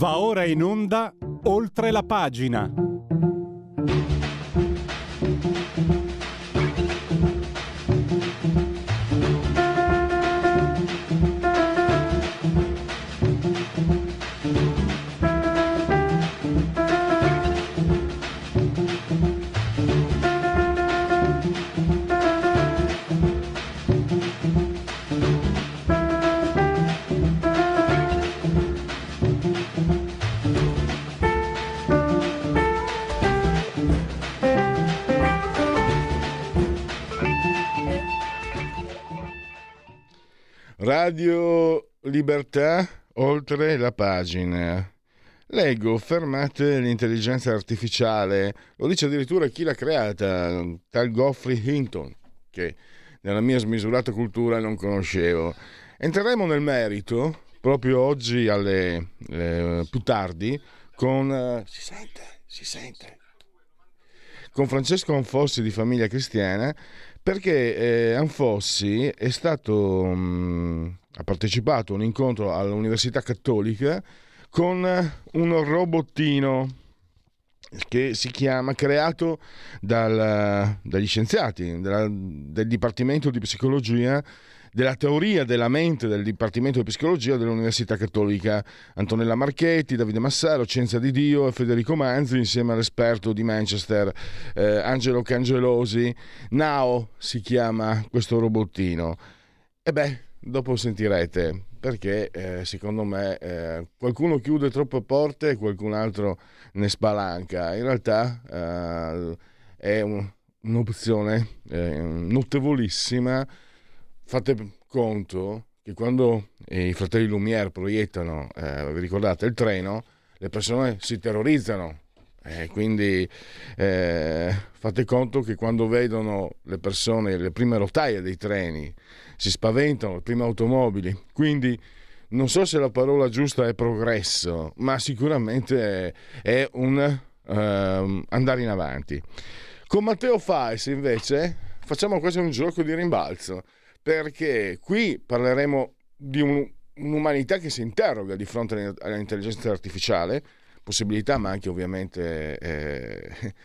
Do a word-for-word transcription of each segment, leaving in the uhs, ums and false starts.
Va ora in onda Oltre la pagina. Radio Libertà, oltre la pagina. Leggo, fermate l'intelligenza artificiale. Lo dice addirittura chi l'ha creata, tal Geoffrey Hinton, che nella mia smisurata cultura non conoscevo. Entreremo nel merito proprio oggi alle eh, più tardi con eh, si sente, si sente con Francesco Anfossi di Famiglia Cristiana, perché eh, Anfossi è stato mh, ha partecipato a un incontro all'Università Cattolica con un robottino che si chiama, creato dal, dagli scienziati della, del Dipartimento di Psicologia, della teoria della mente del Dipartimento di Psicologia dell'Università Cattolica, Antonella Marchetti, Davide Massaro, Scienza di Dio e Federico Manzi, insieme all'esperto di Manchester eh, Angelo Cangelosi. Nao si chiama questo robottino. E beh, dopo sentirete, perché eh, secondo me eh, qualcuno chiude troppe porte e qualcun altro ne spalanca. In realtà eh, è un, un'opzione eh, notevolissima. Fate conto che quando i fratelli Lumière proiettano, eh, vi ricordate, il treno, le persone si terrorizzano. Eh, quindi eh, fate conto che quando vedono le persone, le prime rotaie dei treni, si spaventano, le prime automobili. Quindi non so se la parola giusta è progresso, ma sicuramente è, è un uh, andare in avanti. Con Matteo Fais invece facciamo quasi un gioco di rimbalzo, perché qui parleremo di un, un'umanità che si interroga di fronte all'intelligenza artificiale, possibilità ma anche ovviamente eh,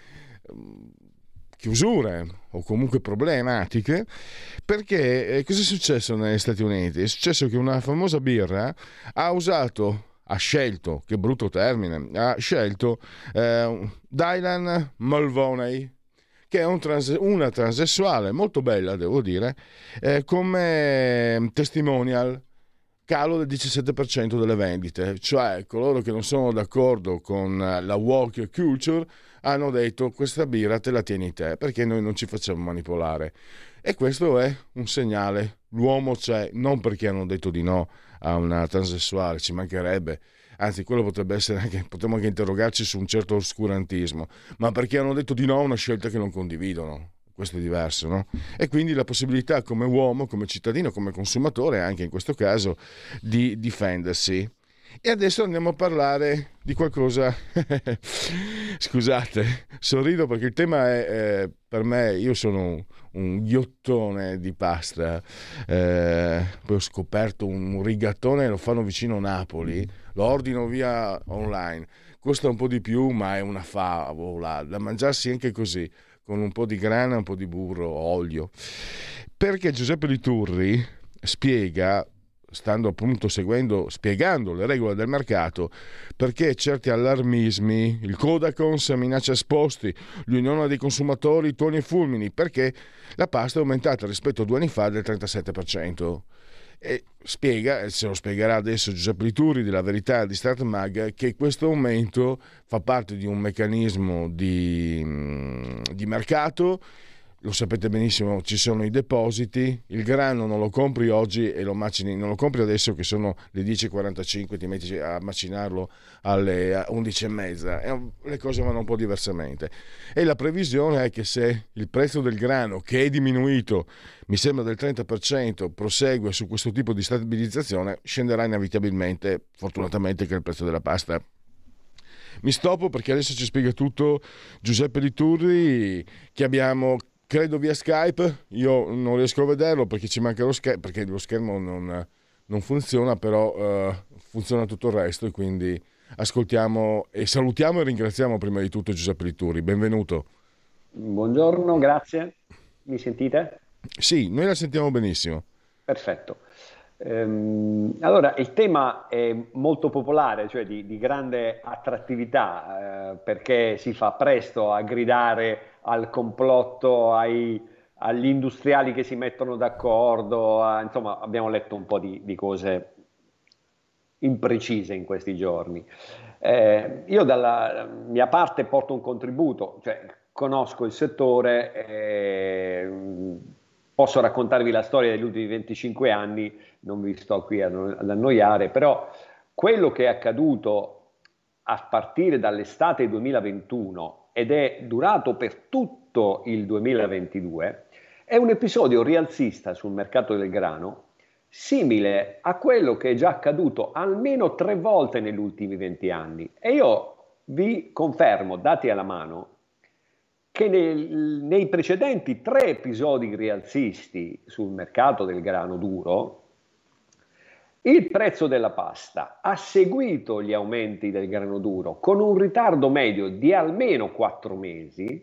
chiusure o comunque problematiche, perché eh, cosa è successo negli Stati Uniti? È successo che una famosa birra ha usato, ha scelto, che brutto termine, ha scelto eh, Dylan Mulvaney, che è un trans- una transessuale molto bella, devo dire, eh, come testimonial, calo del diciassette per cento delle vendite, cioè coloro che non sono d'accordo con la woke culture hanno detto: questa birra te la tieni te, perché noi non ci facciamo manipolare. E questo è un segnale, l'uomo c'è, non perché hanno detto di no a una transessuale, ci mancherebbe, anzi quello potrebbe essere anche, potremmo anche interrogarci su un certo oscurantismo, ma perché hanno detto di no a una scelta che non condividono. Questo è diverso, no? E quindi la possibilità come uomo, come cittadino, come consumatore, anche in questo caso, di difendersi. E adesso andiamo a parlare di qualcosa. Scusate, sorrido perché il tema è, eh, per me, io sono un, un ghiottone di pasta, eh, poi ho scoperto un rigatone, lo fanno vicino a Napoli, lo ordino via online, costa un po' di più, ma è una favola, da mangiarsi anche così, con un po' di grana, un po' di burro, olio. Perché Giuseppe Liturri spiega, stando appunto seguendo, spiegando le regole del mercato, perché certi allarmismi, il Codacons minaccia esposti, l'Unione dei consumatori tuoni e fulmini, perché la pasta è aumentata rispetto a due anni fa del trentasette per cento. E spiega, e se lo spiegherà adesso Giuseppe Liturri della Verità di Start Mag, che questo aumento fa parte di un meccanismo di, di mercato. Lo sapete benissimo, ci sono i depositi, il grano non lo compri oggi e lo macini, non lo compri adesso che sono le dieci e quarantacinque, ti metti a macinarlo alle undici e mezza, e le cose vanno un po' diversamente. E la previsione è che se il prezzo del grano, che è diminuito, mi sembra del trenta per cento, prosegue su questo tipo di stabilizzazione, scenderà inevitabilmente, fortunatamente, che il prezzo della pasta. Mi stoppo perché adesso ci spiega tutto Giuseppe Liturri, che abbiamo, credo, via Skype. Io non riesco a vederlo perché ci manca lo schermo, perché lo schermo non, non funziona, però uh, funziona tutto il resto, e quindi ascoltiamo e salutiamo e ringraziamo prima di tutto Giuseppe Litturi. Benvenuto. Buongiorno, grazie. Mi sentite? Sì, noi la sentiamo benissimo. Perfetto. Ehm, allora, il tema è molto popolare, cioè di, di grande attrattività, eh, perché si fa presto a gridare al complotto, ai, agli industriali che si mettono d'accordo, a- insomma, abbiamo letto un po' di, di cose imprecise in questi giorni. Eh, io dalla mia parte porto un contributo, cioè conosco il settore, eh, posso raccontarvi la storia degli ultimi venticinque anni, non vi sto qui ad ad annoiare, però quello che è accaduto a partire dall'estate duemilaventuno ed è durato per tutto il duemilaventidue è un episodio rialzista sul mercato del grano simile a quello che è già accaduto almeno tre volte negli ultimi venti anni. E io vi confermo, dati alla mano, che nel, nei precedenti tre episodi rialzisti sul mercato del grano duro, il prezzo della pasta ha seguito gli aumenti del grano duro con un ritardo medio di almeno quattro mesi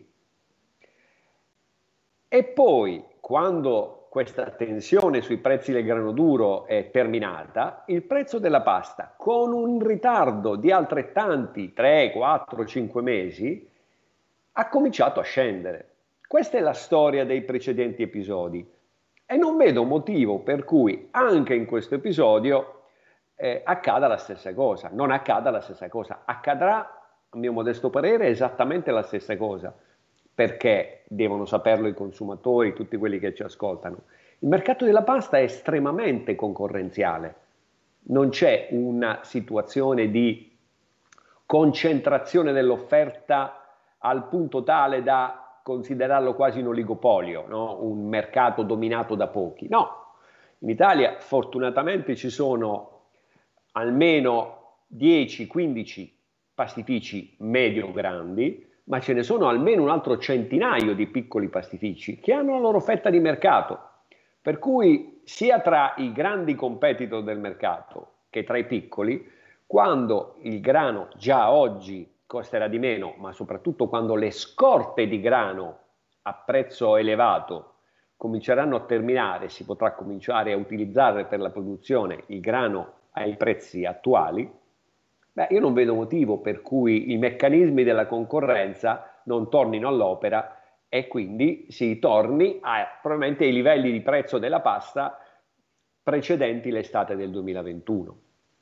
e poi, quando questa tensione sui prezzi del grano duro è terminata, il prezzo della pasta, con un ritardo di altrettanti tre, quattro, cinque mesi, ha cominciato a scendere. Questa è la storia dei precedenti episodi e non vedo motivo per cui anche in questo episodio eh, accada la stessa cosa. Non accada la stessa cosa. Accadrà, a mio modesto parere, esattamente la stessa cosa. Perché devono saperlo i consumatori, tutti quelli che ci ascoltano. Il mercato della pasta è estremamente concorrenziale, non c'è una situazione di concentrazione dell'offerta al punto tale da considerarlo quasi un oligopolio, no? Un mercato dominato da pochi. No, in Italia fortunatamente ci sono almeno dieci quindici pastifici medio-grandi, ma ce ne sono almeno un altro centinaio di piccoli pastifici che hanno la loro fetta di mercato, per cui sia tra i grandi competitor del mercato che tra i piccoli, quando il grano già oggi costerà di meno, ma soprattutto quando le scorte di grano a prezzo elevato cominceranno a terminare, si potrà cominciare a utilizzare per la produzione il grano ai prezzi attuali. Beh, io non vedo motivo per cui i meccanismi della concorrenza non tornino all'opera e quindi si torni a, probabilmente ai livelli di prezzo della pasta precedenti l'estate del duemilaventuno.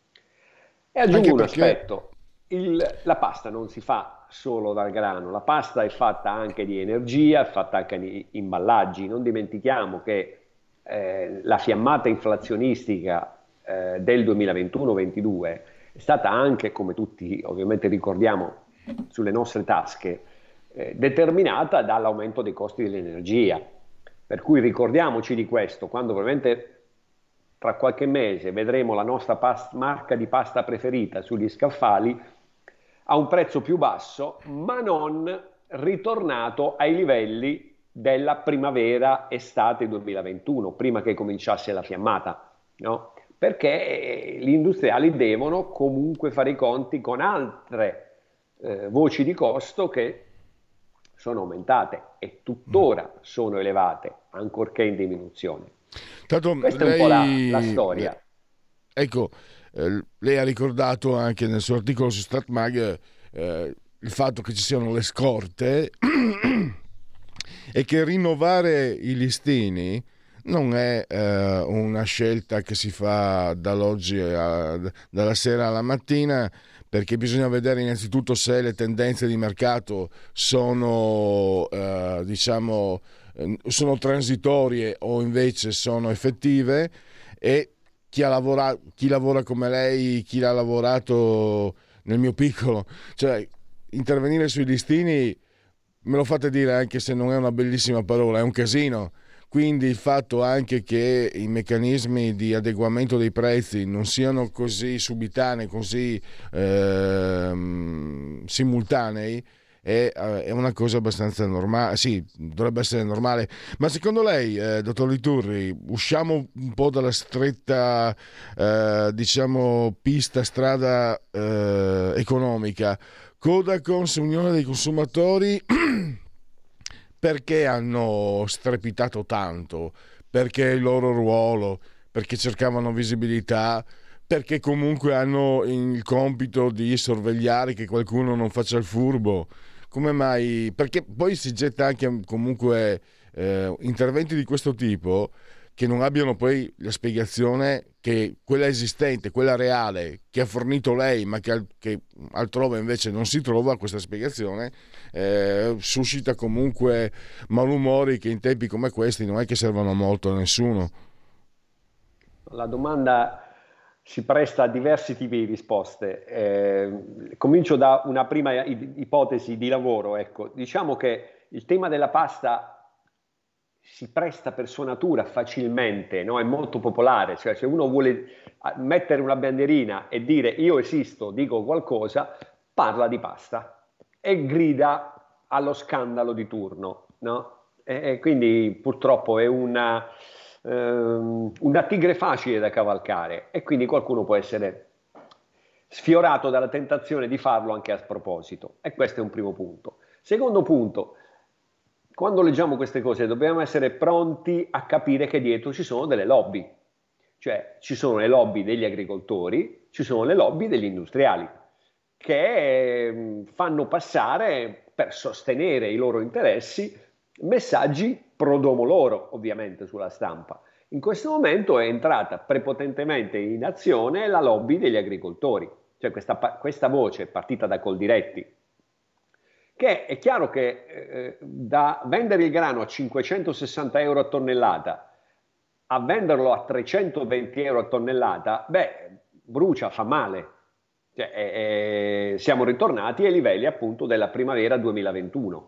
E aggiungo un perché... aspetto, il, la pasta non si fa solo dal grano, la pasta è fatta anche di energia, è fatta anche di imballaggi. Non dimentichiamo che eh, la fiammata inflazionistica eh, del duemilaventuno ventidue è stata anche, come tutti ovviamente ricordiamo sulle nostre tasche, eh, determinata dall'aumento dei costi dell'energia. Per cui ricordiamoci di questo, quando probabilmente tra qualche mese vedremo la nostra past- marca di pasta preferita sugli scaffali a un prezzo più basso, ma non ritornato ai livelli della primavera-estate duemilaventuno, prima che cominciasse la fiammata, no? Perché gli industriali devono comunque fare i conti con altre eh, voci di costo che sono aumentate e tuttora sono elevate, ancorché in diminuzione. Tanto Questa lei, è un po' la, la storia. Ecco, eh, lei ha ricordato anche nel suo articolo su StatMag eh, il fatto che ci siano le scorte e che rinnovare i listini non è eh, una scelta che si fa dall'oggi a, dalla sera alla mattina, perché bisogna vedere innanzitutto se le tendenze di mercato sono eh, diciamo sono transitorie o invece sono effettive, e chi ha lavorato, chi lavora come lei, chi l'ha lavorato nel mio piccolo, cioè intervenire sui listini, me lo fate dire anche se non è una bellissima parola, è un casino. Quindi il fatto anche che i meccanismi di adeguamento dei prezzi non siano così subitanei, così ehm, simultanei, è, è una cosa abbastanza normale, sì, dovrebbe essere normale. Ma secondo lei, eh, dottor Liturri, usciamo un po' dalla stretta, eh, diciamo, pista, strada eh, economica? Codacons, Unione dei Consumatori, perché hanno strepitato tanto? Perché il loro ruolo? Perché cercavano visibilità? Perché comunque hanno il compito di sorvegliare che qualcuno non faccia il furbo? Come mai? Perché poi si getta anche comunque eh, interventi di questo tipo che non abbiano poi la spiegazione che quella esistente, quella reale, che ha fornito lei, ma che, al- che altrove invece non si trova questa spiegazione, eh, suscita comunque malumori che in tempi come questi non è che servono molto a nessuno. La domanda si presta a diversi tipi di risposte. Eh, comincio da una prima i- ipotesi di lavoro. Ecco. Diciamo che il tema della pasta si presta per sua natura facilmente, no? È molto popolare, cioè se uno vuole ah, mettere una bandierina e dire io esisto, dico qualcosa, parla di pasta e grida allo scandalo di turno, no? E, e quindi purtroppo è una, ehm, una tigre facile da cavalcare e quindi qualcuno può essere sfiorato dalla tentazione di farlo anche a sproposito. E questo è un primo punto. Secondo punto, quando leggiamo queste cose dobbiamo essere pronti a capire che dietro ci sono delle lobby, cioè ci sono le lobby degli agricoltori, ci sono le lobby degli industriali, che eh, fanno passare per sostenere i loro interessi messaggi pro domo loro, ovviamente, sulla stampa. In questo momento è entrata prepotentemente in azione la lobby degli agricoltori, cioè questa, questa voce è partita da Coldiretti, che è chiaro che eh, da vendere il grano a cinquecentosessanta euro a tonnellata a venderlo a trecentoventi euro a tonnellata, beh, brucia, fa male. Cioè, eh, eh, siamo ritornati ai livelli appunto della primavera duemilaventuno,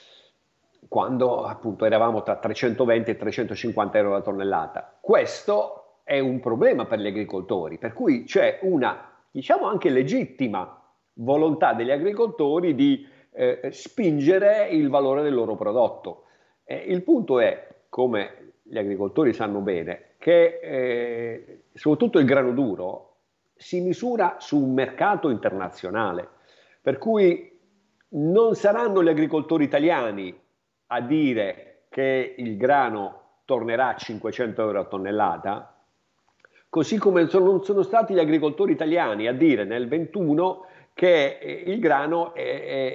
quando appunto eravamo tra trecentoventi e trecentocinquanta euro la tonnellata. Questo è un problema per gli agricoltori, per cui c'è una, diciamo anche legittima volontà degli agricoltori di eh, spingere il valore del loro prodotto. Eh, il punto è, come gli agricoltori sanno bene, che eh, soprattutto il grano duro si misura su un mercato internazionale, per cui non saranno gli agricoltori italiani a dire che il grano tornerà a cinquecento euro a tonnellata, così come non sono stati gli agricoltori italiani a dire nel ventuno che il grano è, è,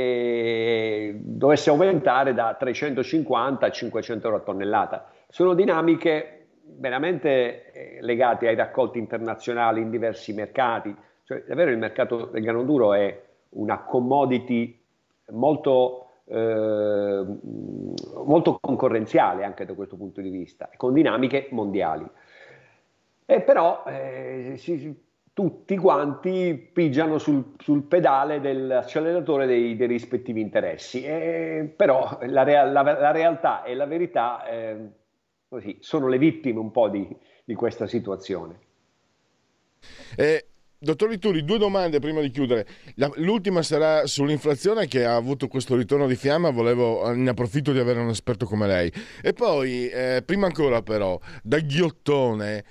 è, dovesse aumentare da trecentocinquanta a cinquecento euro a tonnellata. Sono dinamiche veramente legate ai raccolti internazionali in diversi mercati. Cioè, davvero il mercato del grano duro è una commodity molto, eh, molto concorrenziale anche da questo punto di vista, con dinamiche mondiali. E però eh, si, tutti quanti pigiano sul, sul pedale dell'acceleratore dei, dei rispettivi interessi. E, però la, rea- la, la realtà e la verità eh, così, sono le vittime un po' di, di questa situazione. Eh, dottor Lituri, due domande prima di chiudere. La- l'ultima sarà sull'inflazione che ha avuto questo ritorno di fiamma, volevo, ne approfitto di avere un esperto come lei. E poi, eh, prima ancora però, da ghiottone,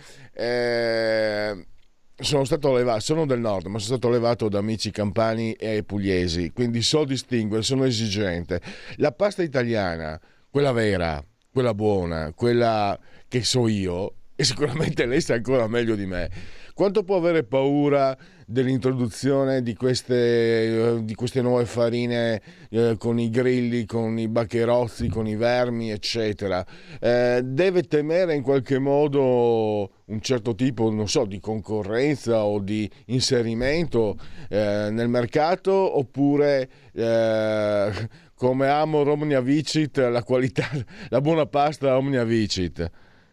eh, sono stato levato, sono del nord, ma sono stato levato da amici campani e pugliesi, quindi so distinguere, sono esigente. La pasta italiana, quella vera, quella buona, quella che so io, e sicuramente lei sa ancora meglio di me, quanto può avere paura dell'introduzione di queste, eh, di queste nuove farine eh, con i grilli, con i bacherozzi, con i vermi, eccetera? Eh, deve temere in qualche modo un certo tipo, non so, di concorrenza o di inserimento eh, nel mercato, oppure eh, come Amor Omnia Vicit, la qualità, la buona pasta Omnia Vicit?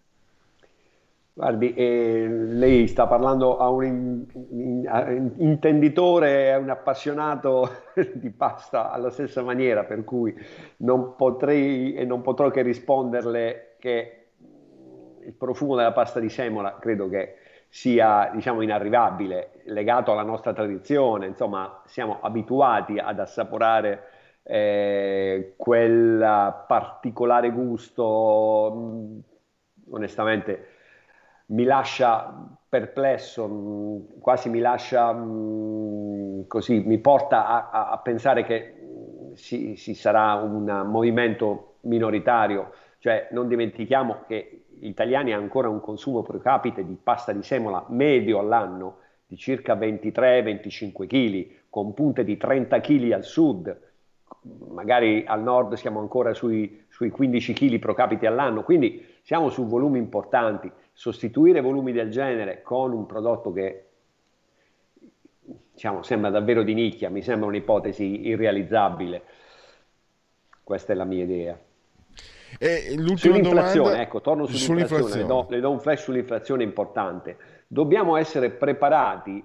Guardi, eh, lei sta parlando a un in- in- a un intenditore, a un appassionato di pasta alla stessa maniera, per cui non potrei e non potrò che risponderle che il profumo della pasta di semola credo che sia, diciamo, inarrivabile, legato alla nostra tradizione. Insomma, siamo abituati ad assaporare eh, quel particolare gusto, mh, onestamente mi lascia perplesso, mh, quasi mi lascia mh, così, mi porta a, a- a pensare che mh, si, si sarà un movimento minoritario. Cioè, non dimentichiamo che gli italiani hanno ancora un consumo pro capite di pasta di semola medio all'anno di circa ventitré venticinque kg, con punte di trenta chili al sud, magari al nord siamo ancora sui, sui quindici chili pro capite all'anno, quindi siamo su volumi importanti. Sostituire volumi del genere con un prodotto che, diciamo, sembra davvero di nicchia, mi sembra un'ipotesi irrealizzabile. Questa è la mia idea. E l'ultima Sull'inflazione, domanda, ecco, torno sull'inflazione, sull'inflazione. le do, le do un flash sull'inflazione importante. Dobbiamo essere preparati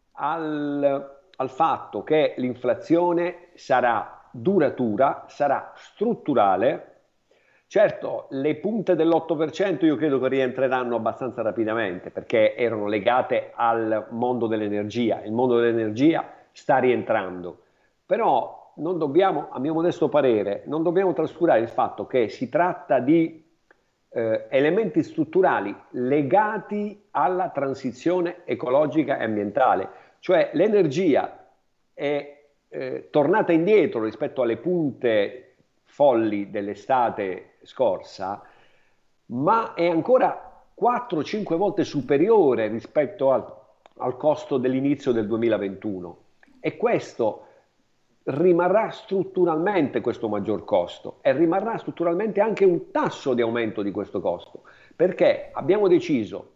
al, al fatto che l'inflazione sarà duratura, sarà strutturale. Certo, le punte dell'otto per cento io credo che rientreranno abbastanza rapidamente perché erano legate al mondo dell'energia. Il mondo dell'energia sta rientrando, però non dobbiamo, a mio modesto parere, non dobbiamo trascurare il fatto che si tratta di eh, elementi strutturali legati alla transizione ecologica e ambientale, cioè l'energia è eh, tornata indietro rispetto alle punte folli dell'estate scorsa, ma è ancora quattro cinque volte superiore rispetto al, al costo dell'inizio del duemilaventuno, e questo rimarrà strutturalmente, questo maggior costo, e rimarrà strutturalmente anche un tasso di aumento di questo costo, perché abbiamo deciso,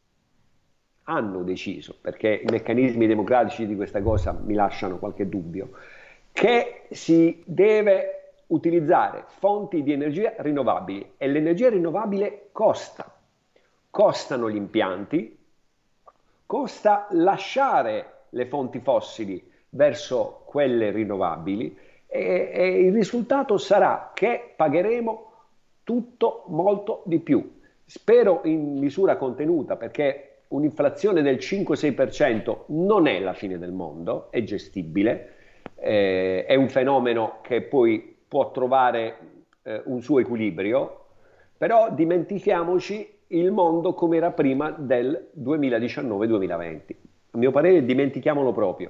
hanno deciso, perché i meccanismi democratici di questa cosa mi lasciano qualche dubbio, che si deve utilizzare fonti di energia rinnovabili, e l'energia rinnovabile costa. Costano gli impianti, costa lasciare le fonti fossili verso quelle rinnovabili, e, e il risultato sarà che pagheremo tutto molto di più. Spero in misura contenuta, perché un'inflazione del cinque sei per cento non è la fine del mondo, è gestibile, eh, è un fenomeno che poi può trovare eh, un suo equilibrio, però dimentichiamoci il mondo come era prima del duemiladiciannove duemilaventi. A mio parere dimentichiamolo proprio.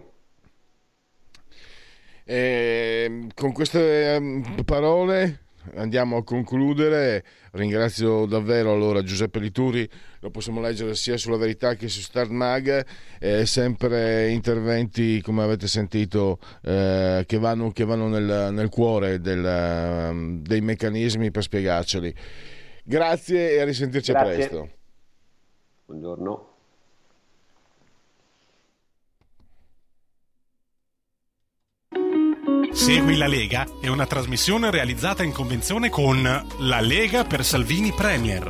E con queste parole andiamo a concludere. Ringrazio davvero allora Giuseppe Lituri, lo possiamo leggere sia sulla Verità che su Start Mag, eh, sempre interventi, come avete sentito, eh, che vanno, che vanno nel, nel cuore del, dei meccanismi per spiegarceli. Grazie e a risentirci. Grazie. A presto. Buongiorno. Segui la Lega è una trasmissione realizzata in convenzione con La Lega per Salvini Premier.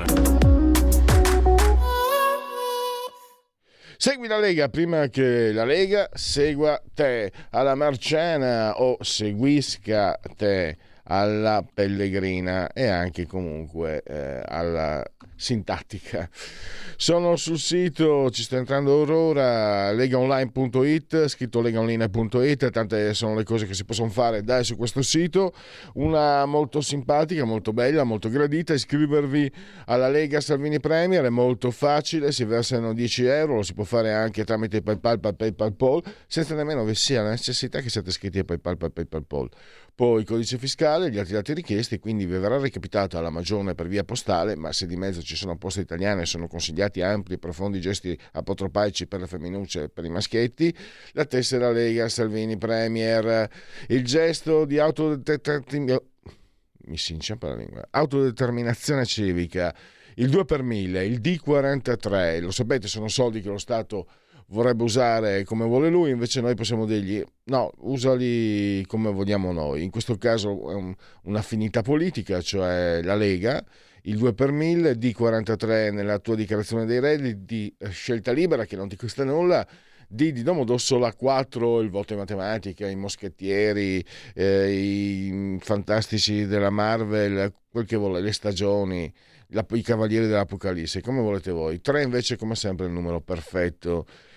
Segui la Lega prima che la Lega segua te, alla Marciana, o seguisca te alla Pellegrina, e anche comunque eh, alla sintattica. Sono sul sito, ci sta entrando ora, legaonline punto it, scritto legaonline punto it, tante sono le cose che si possono fare dai su questo sito. Una molto simpatica, molto bella, molto gradita: iscrivervi alla Lega Salvini Premier, è molto facile, si versano dieci euro, lo si può fare anche tramite PayPal, PayPal, Pol, senza nemmeno vi sia la necessità che siate iscritti a PayPal, PayPal, Pol. Poi il codice fiscale, gli altri dati richiesti, quindi vi verrà recapitata la magione per via postale, ma se di mezzo ci sono poste italiane sono consigliati ampli e profondi gesti apotropaici per le femminucce e per i maschietti. La tessera Lega Salvini Premier, il gesto di autodeterminazione, mi si inciampa la lingua, autodeterminazione civica, il due per mille, il D quarantatré, lo sapete, sono soldi che lo Stato vorrebbe usare come vuole lui, invece noi possiamo dirgli no, usali come vogliamo noi. In questo caso è un, un'affinità politica, cioè la Lega, il due per mille, D quarantatré nella tua dichiarazione dei redditi, scelta libera che non ti costa nulla, D di Domodossola, quattro il voto in matematica, i moschettieri, eh, i fantastici della Marvel, quel che vuole, le stagioni, la, i cavalieri dell'Apocalisse, come volete voi. tre invece come sempre il numero perfetto.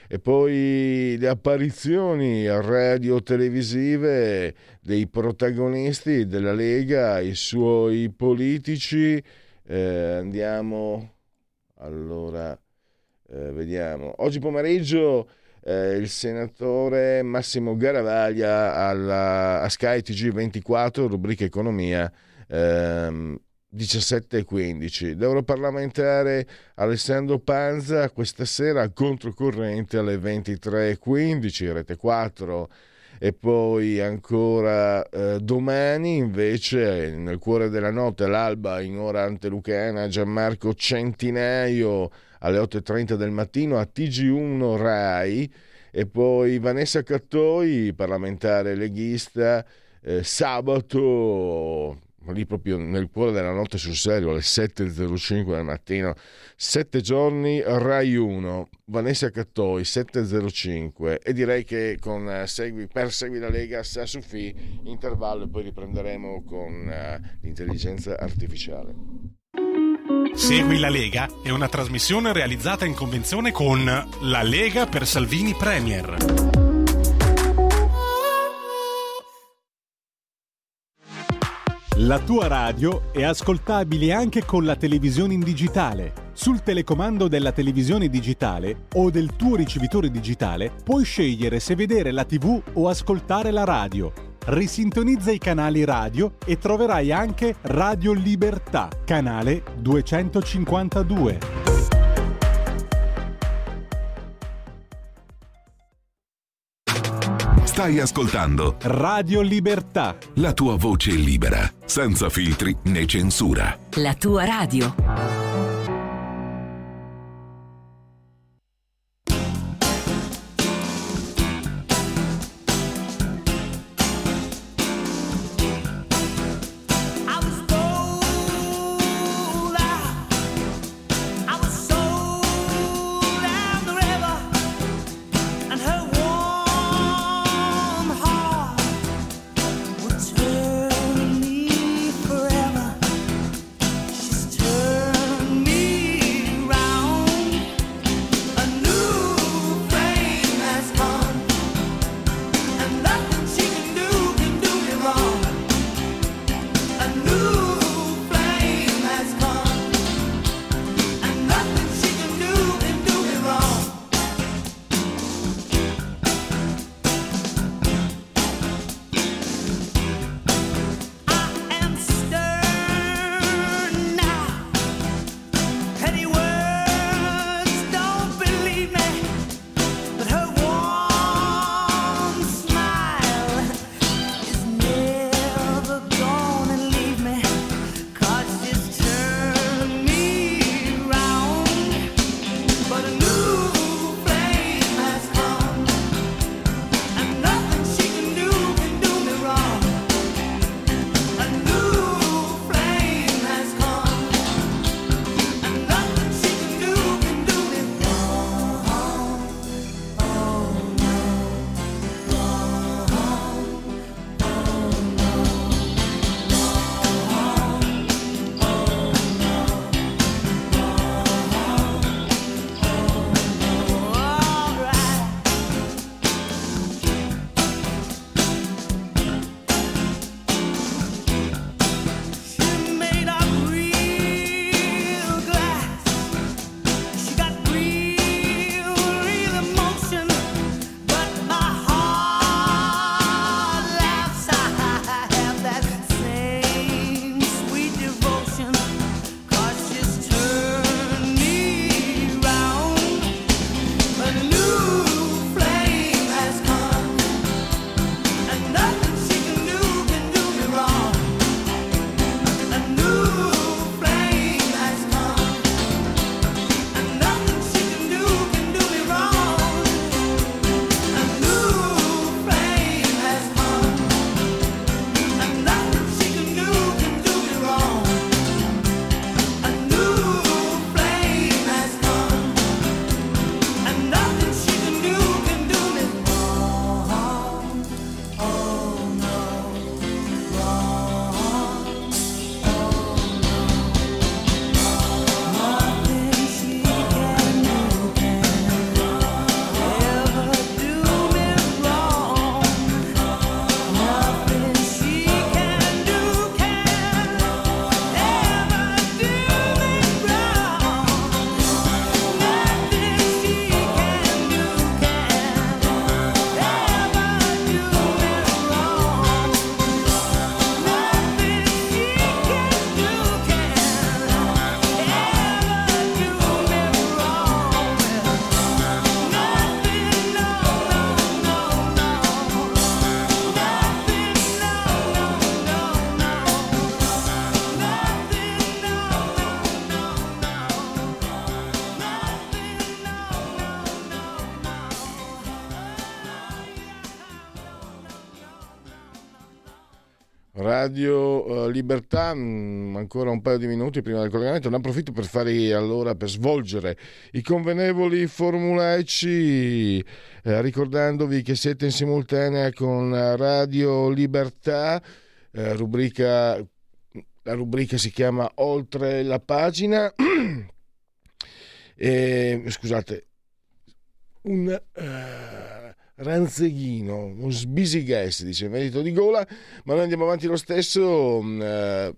E poi le apparizioni radio-televisive dei protagonisti della Lega, i suoi politici. Eh, andiamo, allora, eh, vediamo. Oggi pomeriggio eh, il senatore Massimo Garavaglia alla, a Sky T G ventiquattro, rubrica Economia, ehm, diciassette e quindici. L'europarlamentare Alessandro Panza questa sera a controcorrente alle ventitré e quindici, Rete quattro. E poi ancora eh, domani invece nel cuore della notte, all'alba in ora antelucana, Gianmarco Centinaio alle otto e trenta del mattino a T G uno Rai. E poi Vanessa Cattoi, parlamentare leghista, eh, sabato lì proprio nel cuore della notte sul serio alle sette e zero cinque del mattino, sette giorni Rai uno, Vanessa Cattoi sette e zero cinque. E direi che con uh, segui, per Segui la Lega sta su Fi, intervallo, e poi riprenderemo con uh, l'intelligenza artificiale. Segui la Lega è una trasmissione realizzata in convenzione con La Lega per Salvini Premier. La tua radio è ascoltabile anche con la televisione in digitale. Sul telecomando della televisione digitale o del tuo ricevitore digitale puoi scegliere se vedere la tivù o ascoltare la radio. Risintonizza i canali radio e troverai anche Radio Libertà, canale duecentocinquantadue. Stai ascoltando Radio Libertà, la tua voce libera, senza filtri né censura. La tua radio. Turn Radio uh, Libertà, mh, ancora un paio di minuti prima del collegamento. Ne approfitto per farvi allora per svolgere i convenevoli formulaici, eh, ricordandovi che siete in simultanea con Radio Libertà, eh, rubrica, la rubrica si chiama Oltre la pagina. e, scusate, un uh, ranzeghino, un sbisighess, dice il merito di gola, ma noi andiamo avanti lo stesso. Uh,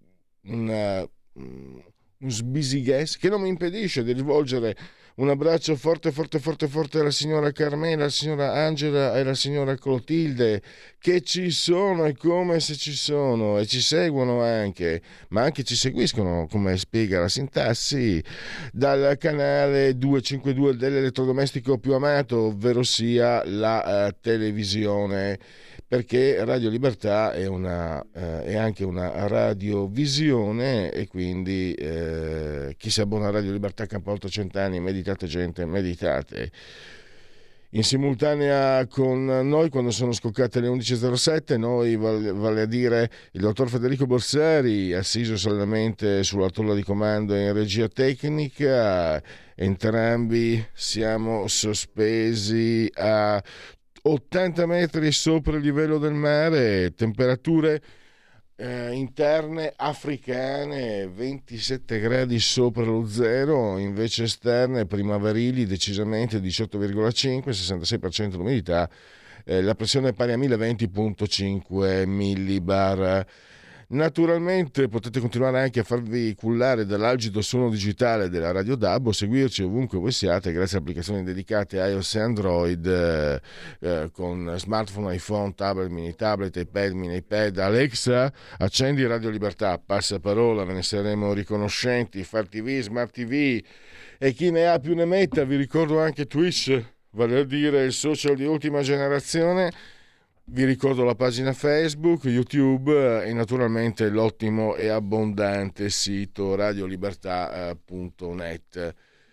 un, uh, un sbisighess che non mi impedisce di rivolgere un abbraccio forte forte forte forte alla signora Carmela, alla signora Angela e alla signora Clotilde, che ci sono e come se ci sono e ci seguono anche, ma anche ci seguiscono, come spiega la sintassi, dal canale duecentocinquantadue dell'elettrodomestico più amato, ovvero sia la uh, televisione, perché Radio Libertà è, una, eh, è anche una radiovisione, e quindi eh, chi si abbona a Radio Libertà campa oltre cent'anni. Meditate gente, meditate. In simultanea con noi, quando sono scoccate le undici e zero sette, noi, vale, vale a dire il dottor Federico Borsari, assiso saldamente sulla tolla di comando in regia tecnica, entrambi siamo sospesi a ottanta metri sopra il livello del mare, temperature eh, interne africane ventisette gradi sopra lo zero, invece esterne primaverili decisamente diciotto virgola cinque, sessantasei per cento l'umidità, eh, la pressione è pari a mille venti virgola cinque millibar. Naturalmente potete continuare anche a farvi cullare dall'algido suono digitale della Radio D A B o seguirci ovunque voi siate grazie a applicazioni dedicate a iOS e Android, eh, eh, con smartphone, iPhone, tablet, mini tablet, iPad, mini iPad. Alexa, accendi Radio Libertà, passaparola, ve ne saremo riconoscenti. Far T V, Smart T V, e chi ne ha più ne metta. Vi ricordo anche Twitch, vale a dire il social di ultima generazione. Vi ricordo la pagina Facebook, YouTube e naturalmente l'ottimo e abbondante sito radiolibertà punto net.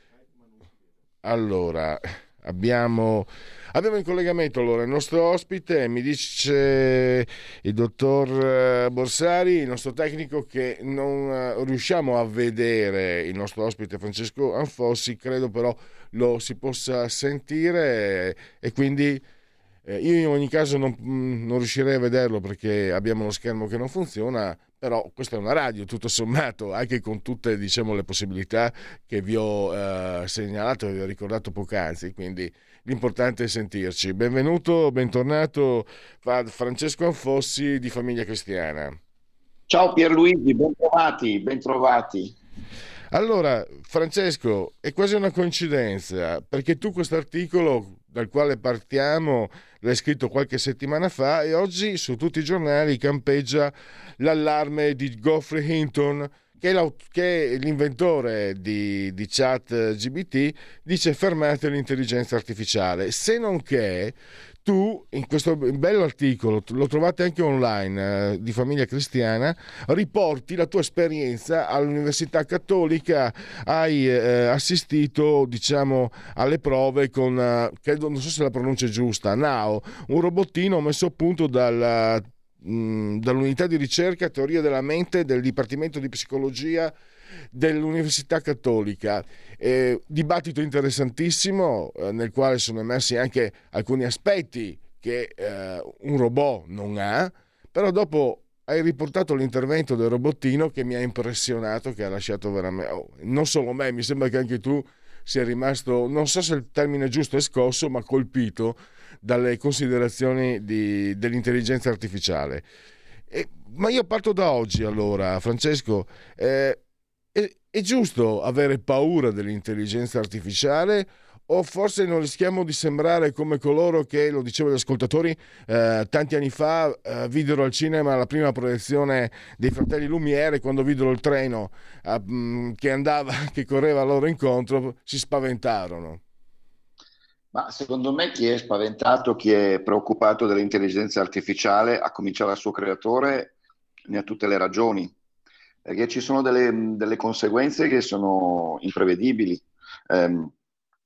Allora, abbiamo, abbiamo in collegamento allora il nostro ospite, mi dice il dottor Borsari, il nostro tecnico, che non riusciamo a vedere il nostro ospite Francesco Anfossi, credo però lo si possa sentire, e quindi Eh, io in ogni caso non, non riuscirei a vederlo perché abbiamo lo schermo che non funziona, però questa è una radio tutto sommato, anche con tutte, diciamo, le possibilità che vi ho eh, segnalato e vi ho ricordato poc'anzi, quindi l'importante è sentirci. Benvenuto, bentornato Francesco Anfossi di Famiglia Cristiana. Ciao Pierluigi, bentrovati, bentrovati. Allora, Francesco, è quasi una coincidenza, perché tu questo articolo dal quale partiamo l'hai scritto qualche settimana fa, e oggi su tutti i giornali campeggia l'allarme di Geoffrey Hinton, che è, che è l'inventore di, di ChatGPT, dice: fermate l'intelligenza artificiale. Se non che tu, in questo bello articolo, lo trovate anche online, eh, di Famiglia Cristiana, riporti la tua esperienza all'Università Cattolica. Hai eh, assistito, diciamo, alle prove con, eh, credo, non so se la pronuncia è giusta, Nao, un robottino messo a punto dal, mh, dall'unità di ricerca teoria della mente del Dipartimento di Psicologia dell'Università Cattolica. Eh, dibattito interessantissimo, eh, nel quale sono emersi anche alcuni aspetti che eh, un robot non ha, però dopo hai riportato l'intervento del robottino che mi ha impressionato, che ha lasciato veramente, oh, non solo me, mi sembra che anche tu sia rimasto, non so se il termine giusto è scosso, ma colpito dalle considerazioni di, dell'intelligenza artificiale. E, ma io parto da oggi allora, Francesco. eh, È, è giusto avere paura dell'intelligenza artificiale, o forse non rischiamo di sembrare come coloro che, lo dicevo agli ascoltatori, eh, tanti anni fa eh, videro al cinema la prima proiezione dei Fratelli Lumiere, quando videro il treno eh, mh, che andava, che correva a loro incontro, si spaventarono. Ma secondo me chi è spaventato, chi è preoccupato dell'intelligenza artificiale, a cominciare dal suo creatore, ne ha tutte le ragioni. Perché ci sono delle, delle conseguenze che sono imprevedibili. Um,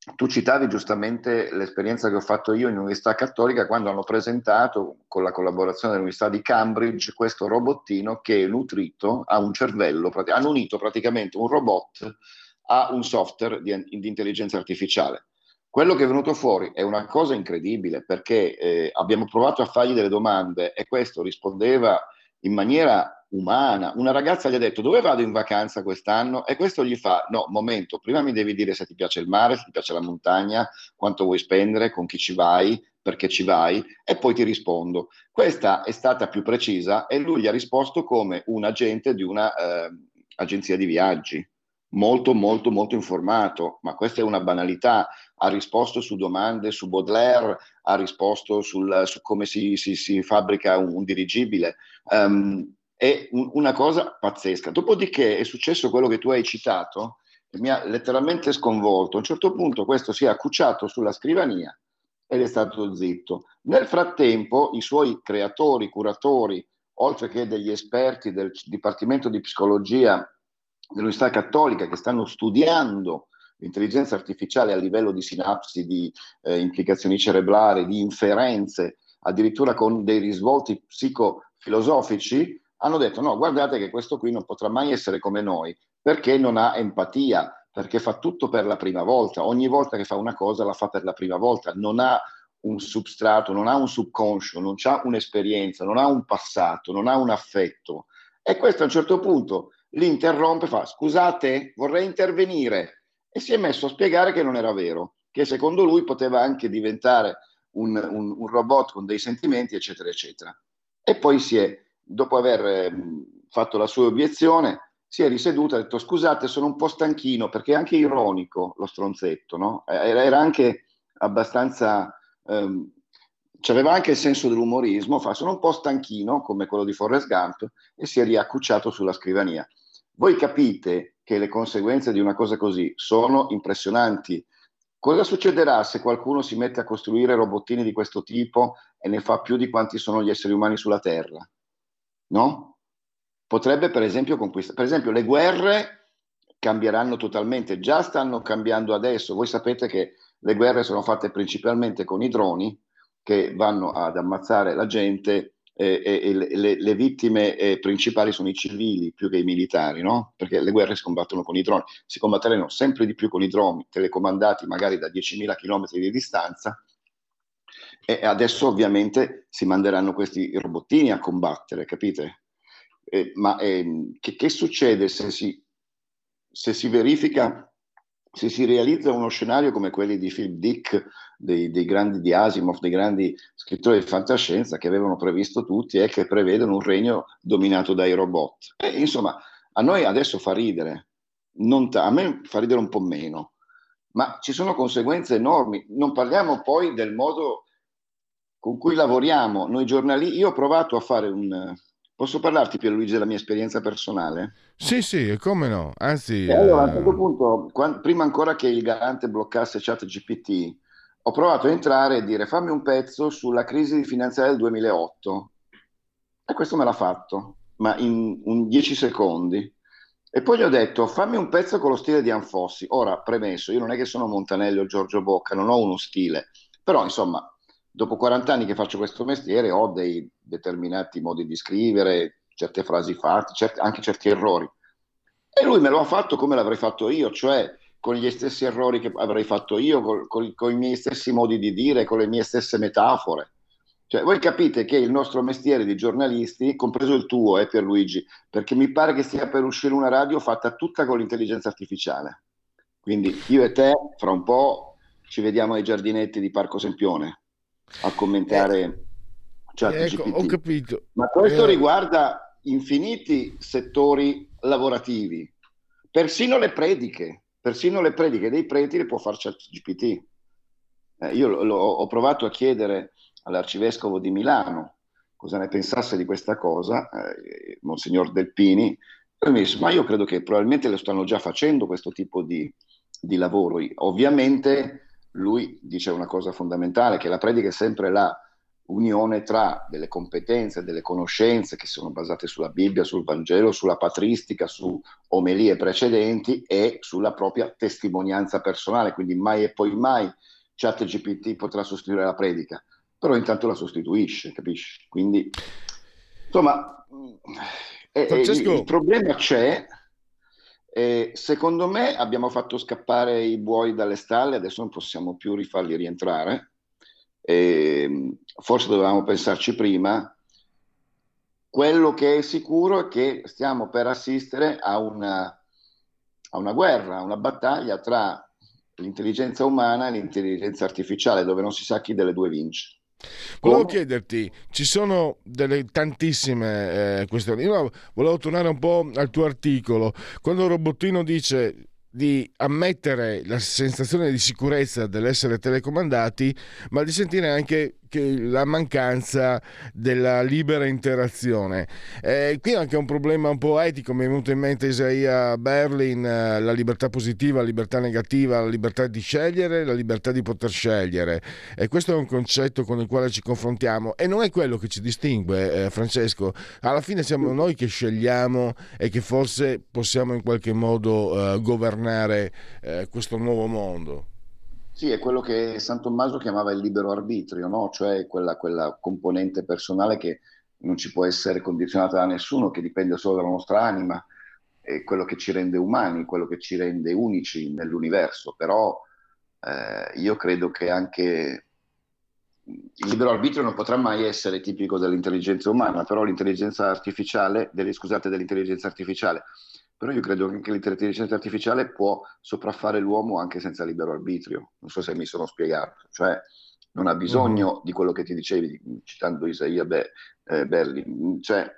tu citavi giustamente l'esperienza che ho fatto io in Università Cattolica quando hanno presentato, con la collaborazione dell'Università di Cambridge, questo robottino che è nutrito, ha un cervello, hanno unito praticamente un robot a un software di, di intelligenza artificiale. Quello che è venuto fuori è una cosa incredibile, perché eh, abbiamo provato a fargli delle domande e questo rispondeva in maniera umana. Una ragazza gli ha detto: dove vado in vacanza quest'anno? E questo gli fa: no, momento, prima mi devi dire se ti piace il mare, se ti piace la montagna, quanto vuoi spendere, con chi ci vai, perché ci vai, e poi ti rispondo. Questa è stata più precisa e lui gli ha risposto come un agente di una eh, agenzia di viaggi, molto molto molto informato, ma questa è una banalità. Ha risposto su domande su Baudelaire, ha risposto sul, su come si, si, si fabbrica un, un dirigibile. Um, è un, una cosa pazzesca. Dopodiché è successo quello che tu hai citato, che mi ha letteralmente sconvolto. A un certo punto questo si è accucciato sulla scrivania ed è stato zitto. Nel frattempo i suoi creatori, curatori, oltre che degli esperti del Dipartimento di Psicologia dell'Università Cattolica che stanno studiando l'intelligenza artificiale a livello di sinapsi, di eh, implicazioni cerebrali, di inferenze, addirittura con dei risvolti psicofilosofici, hanno detto: no, guardate che questo qui non potrà mai essere come noi, perché non ha empatia, perché fa tutto per la prima volta, ogni volta che fa una cosa la fa per la prima volta, non ha un substrato, non ha un subconscio, non ha un'esperienza, non ha un passato, non ha un affetto. E questo a un certo punto li interrompe, fa: scusate, vorrei intervenire. E si è messo a spiegare che non era vero, che secondo lui poteva anche diventare un, un, un robot con dei sentimenti, eccetera, eccetera. E poi si è, dopo aver eh, fatto la sua obiezione, si è riseduto e ha detto: scusate, sono un po' stanchino, perché è anche ironico lo stronzetto, no? Era, era anche abbastanza... Ehm, c'aveva anche il senso dell'umorismo, fa: sono un po' stanchino, come quello di Forrest Gump, e si è riaccucciato sulla scrivania. Voi capite che le conseguenze di una cosa così sono impressionanti. Cosa succederà se qualcuno si mette a costruire robottini di questo tipo e ne fa più di quanti sono gli esseri umani sulla Terra? No? Potrebbe per esempio conquistare. Per esempio le guerre cambieranno totalmente, già stanno cambiando adesso. Voi sapete che le guerre sono fatte principalmente con i droni che vanno ad ammazzare la gente. E, e le, le vittime eh, principali sono i civili più che i militari, no? Perché le guerre si combattono con i droni, si combatteranno sempre di più con i droni telecomandati magari da diecimila chilometri di distanza, e adesso ovviamente si manderanno questi robottini a combattere, capite? Eh, ma eh, che, che succede se si, se si verifica, se si realizza uno scenario come quelli di Philip Dick, dei, dei grandi di Asimov, dei grandi scrittori di fantascienza che avevano previsto tutti e che prevedono un regno dominato dai robot? E, insomma, a noi adesso fa ridere, non ta- a me fa ridere un po' meno, ma ci sono conseguenze enormi. Non parliamo poi del modo con cui lavoriamo noi giornalisti. Io ho provato a fare un... Posso parlarti, Pierluigi, della mia esperienza personale? Sì, sì, come no, anzi... E allora, a un eh, certo punto, quando, prima ancora che il garante bloccasse ChatGPT, ho provato a entrare e dire: fammi un pezzo sulla crisi finanziaria del duemilaotto. E questo me l'ha fatto, ma in un dieci secondi. E poi gli ho detto: fammi un pezzo con lo stile di Anfossi. Ora, premesso, io non è che sono Montanelli o Giorgio Bocca, non ho uno stile, però insomma, dopo quaranta anni che faccio questo mestiere ho dei determinati modi di scrivere, certe frasi fatte, certi, anche certi errori. E lui me lo ha fatto come l'avrei fatto io, cioè con gli stessi errori che avrei fatto io, col, col, con i miei stessi modi di dire, con le mie stesse metafore. Cioè, voi capite che il nostro mestiere di giornalisti, compreso il tuo, eh, Pierluigi, perché mi pare che stia per uscire una radio fatta tutta con l'intelligenza artificiale. Quindi io e te, fra un po', ci vediamo ai giardinetti di Parco Sempione a commentare eh, ChatGPT. ecco, ho capito. Ma questo Eh, riguarda infiniti settori lavorativi, persino le prediche, persino le prediche dei preti le può fare ChatGPT. Eh, io lo, lo, ho provato a chiedere all'arcivescovo di Milano cosa ne pensasse di questa cosa, eh, Monsignor Delpini, e mi disse: ma io credo che probabilmente lo stanno già facendo questo tipo di, di lavoro. Ovviamente lui dice una cosa fondamentale, che la predica è sempre la, unione tra delle competenze, delle conoscenze che sono basate sulla Bibbia, sul Vangelo, sulla patristica, su omelie precedenti e sulla propria testimonianza personale, quindi mai e poi mai ChatGPT potrà sostituire la predica, però intanto la sostituisce, capisci? Quindi, insomma, eh, Francesco... il problema c'è. Eh, secondo me abbiamo fatto scappare i buoi dalle stalle, adesso non possiamo più rifarli rientrare. Eh, forse dovevamo pensarci prima. Quello che è sicuro è che stiamo per assistere a una, a una guerra, a una battaglia tra l'intelligenza umana e l'intelligenza artificiale, dove non si sa chi delle due vince. Volevo Come? chiederti, ci sono delle tantissime eh, questioni. Io volevo tornare un po' al tuo articolo. Quando il robottino dice di ammettere la sensazione di sicurezza dell'essere telecomandati, ma di sentire anche che la mancanza della libera interazione. Eh, qui è anche un problema un po' etico. Mi è venuto in mente Isaiah Berlin, eh, la libertà positiva, la libertà negativa, la libertà di scegliere, la libertà di poter scegliere, e questo è un concetto con il quale ci confrontiamo e non è quello che ci distingue, eh, Francesco. Alla fine siamo noi che scegliamo e che forse possiamo in qualche modo eh, governare eh, questo nuovo mondo. Sì, è quello che San Tommaso chiamava il libero arbitrio, no? Cioè quella, quella componente personale che non ci può essere condizionata da nessuno, che dipende solo dalla nostra anima, è quello che ci rende umani, quello che ci rende unici nell'universo. Però eh, io credo che anche il libero arbitrio non potrà mai essere tipico dell'intelligenza umana, però l'intelligenza artificiale, delle, scusate, dell'intelligenza artificiale, però io credo che l'intelligenza artificiale può sopraffare l'uomo anche senza libero arbitrio. Non so se mi sono spiegato. Cioè, non ha bisogno uh-huh. di quello che ti dicevi, citando Isaiah Be- eh, Berlin. Cioè,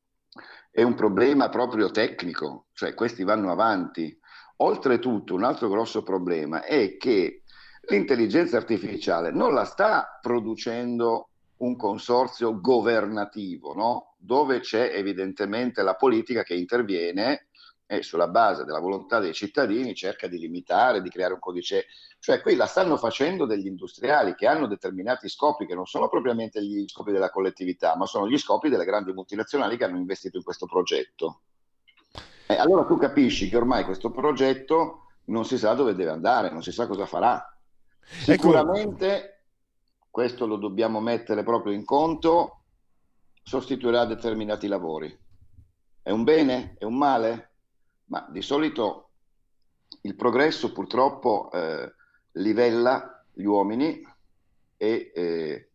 è un problema proprio tecnico. Cioè, questi vanno avanti. Oltretutto, un altro grosso problema è che l'intelligenza artificiale non la sta producendo un consorzio governativo, no? Dove c'è evidentemente la politica che interviene e sulla base della volontà dei cittadini cerca di limitare, di creare un codice. Cioè qui la stanno facendo degli industriali che hanno determinati scopi che non sono propriamente gli scopi della collettività, ma sono gli scopi delle grandi multinazionali che hanno investito in questo progetto. E allora tu capisci che ormai questo progetto non si sa dove deve andare, non si sa cosa farà. Sicuramente, ecco, questo lo dobbiamo mettere proprio in conto, sostituirà determinati lavori. È un bene? È un male? Ma di solito il progresso purtroppo eh, livella gli uomini e eh,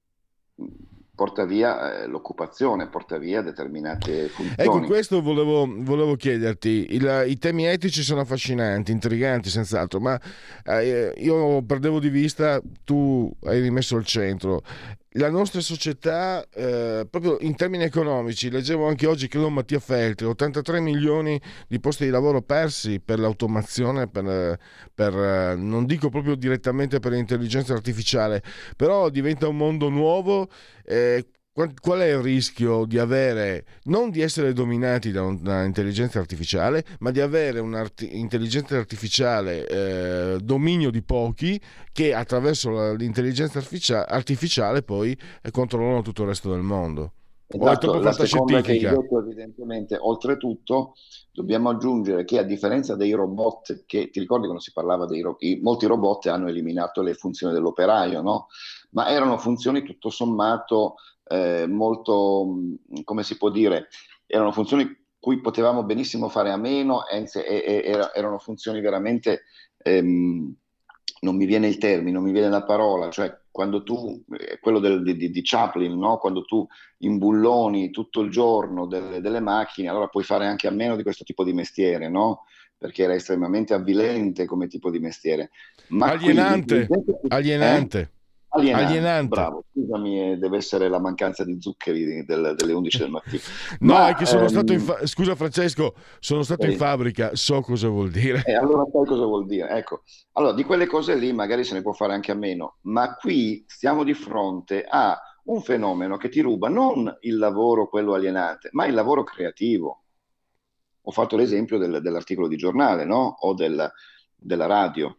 porta via eh, l'occupazione, porta via determinate funzioni. Ecco, questo volevo, volevo chiederti. Il, i temi etici sono affascinanti, intriganti senz'altro, ma eh, io perdevo di vista, tu hai rimesso al centro la nostra società, eh, proprio in termini economici. Leggevo anche oggi, credo, Mattia Feltri, ottantatré milioni di posti di lavoro persi per l'automazione, per, per non dico proprio direttamente per l'intelligenza artificiale, però diventa un mondo nuovo. Eh, qual è il rischio di avere, non di essere dominati da un'intelligenza artificiale, ma di avere un'intelligenza artificiale eh, dominio di pochi che attraverso l'intelligenza artificiale poi controllano tutto il resto del mondo? Esatto, la seconda che hai detto, evidentemente. Oltretutto dobbiamo aggiungere che, a differenza dei robot, che ti ricordi quando si parlava dei robot, molti robot hanno eliminato le funzioni dell'operaio, no? Ma erano funzioni tutto sommato eh, molto, come si può dire, erano funzioni cui potevamo benissimo fare a meno, anzi erano funzioni veramente, ehm, non mi viene il termine, non mi viene la parola, cioè quando tu, quello del, di, di Chaplin, no? Quando tu imbulloni tutto il giorno delle, delle macchine, allora puoi fare anche a meno di questo tipo di mestiere, no? Perché era estremamente avvilente come tipo di mestiere. Ma alienante, qui, alienante. Eh? Alienante, alienante. Bravo, scusami, deve essere la mancanza di zuccheri del, delle undici del mattino. No, Ma, è che sono ehm, stato in fa- scusa Francesco, sono stato sì. in fabbrica, so cosa vuol dire. E allora sai cosa vuol dire? Ecco, allora di quelle cose lì magari se ne può fare anche a meno, ma qui stiamo di fronte a un fenomeno che ti ruba non il lavoro, quello alienante, ma il lavoro creativo. Ho fatto l'esempio del, dell'articolo di giornale, no? O del, della radio.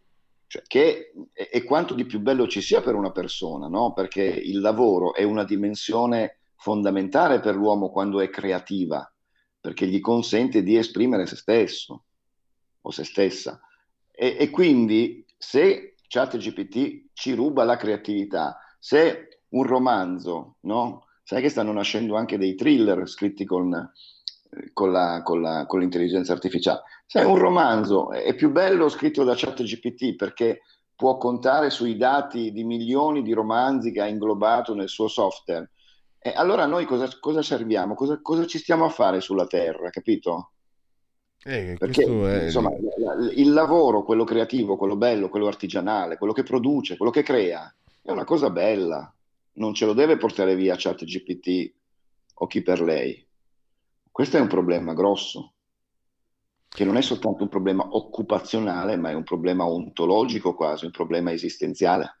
cioè, che è, è quanto di più bello ci sia per una persona, no? Perché il lavoro è una dimensione fondamentale per l'uomo quando è creativa, perché gli consente di esprimere se stesso o se stessa. E, e quindi se ChatGPT ci ruba la creatività, se un romanzo, no? Sai che stanno nascendo anche dei thriller scritti con, con, la, con, la, con l'intelligenza artificiale. Se un romanzo è più bello scritto da ChatGPT perché può contare sui dati di milioni di romanzi che ha inglobato nel suo software, e allora noi cosa, cosa serviamo? Cosa, cosa ci stiamo a fare sulla Terra, capito? Eh, Perché questo è... insomma il lavoro, quello creativo, quello bello, quello artigianale, quello che produce, quello che crea, è una cosa bella. Non ce lo deve portare via ChatGPT o chi per lei. Questo è un problema grosso, che non è soltanto un problema occupazionale, ma è un problema ontologico quasi, un problema esistenziale.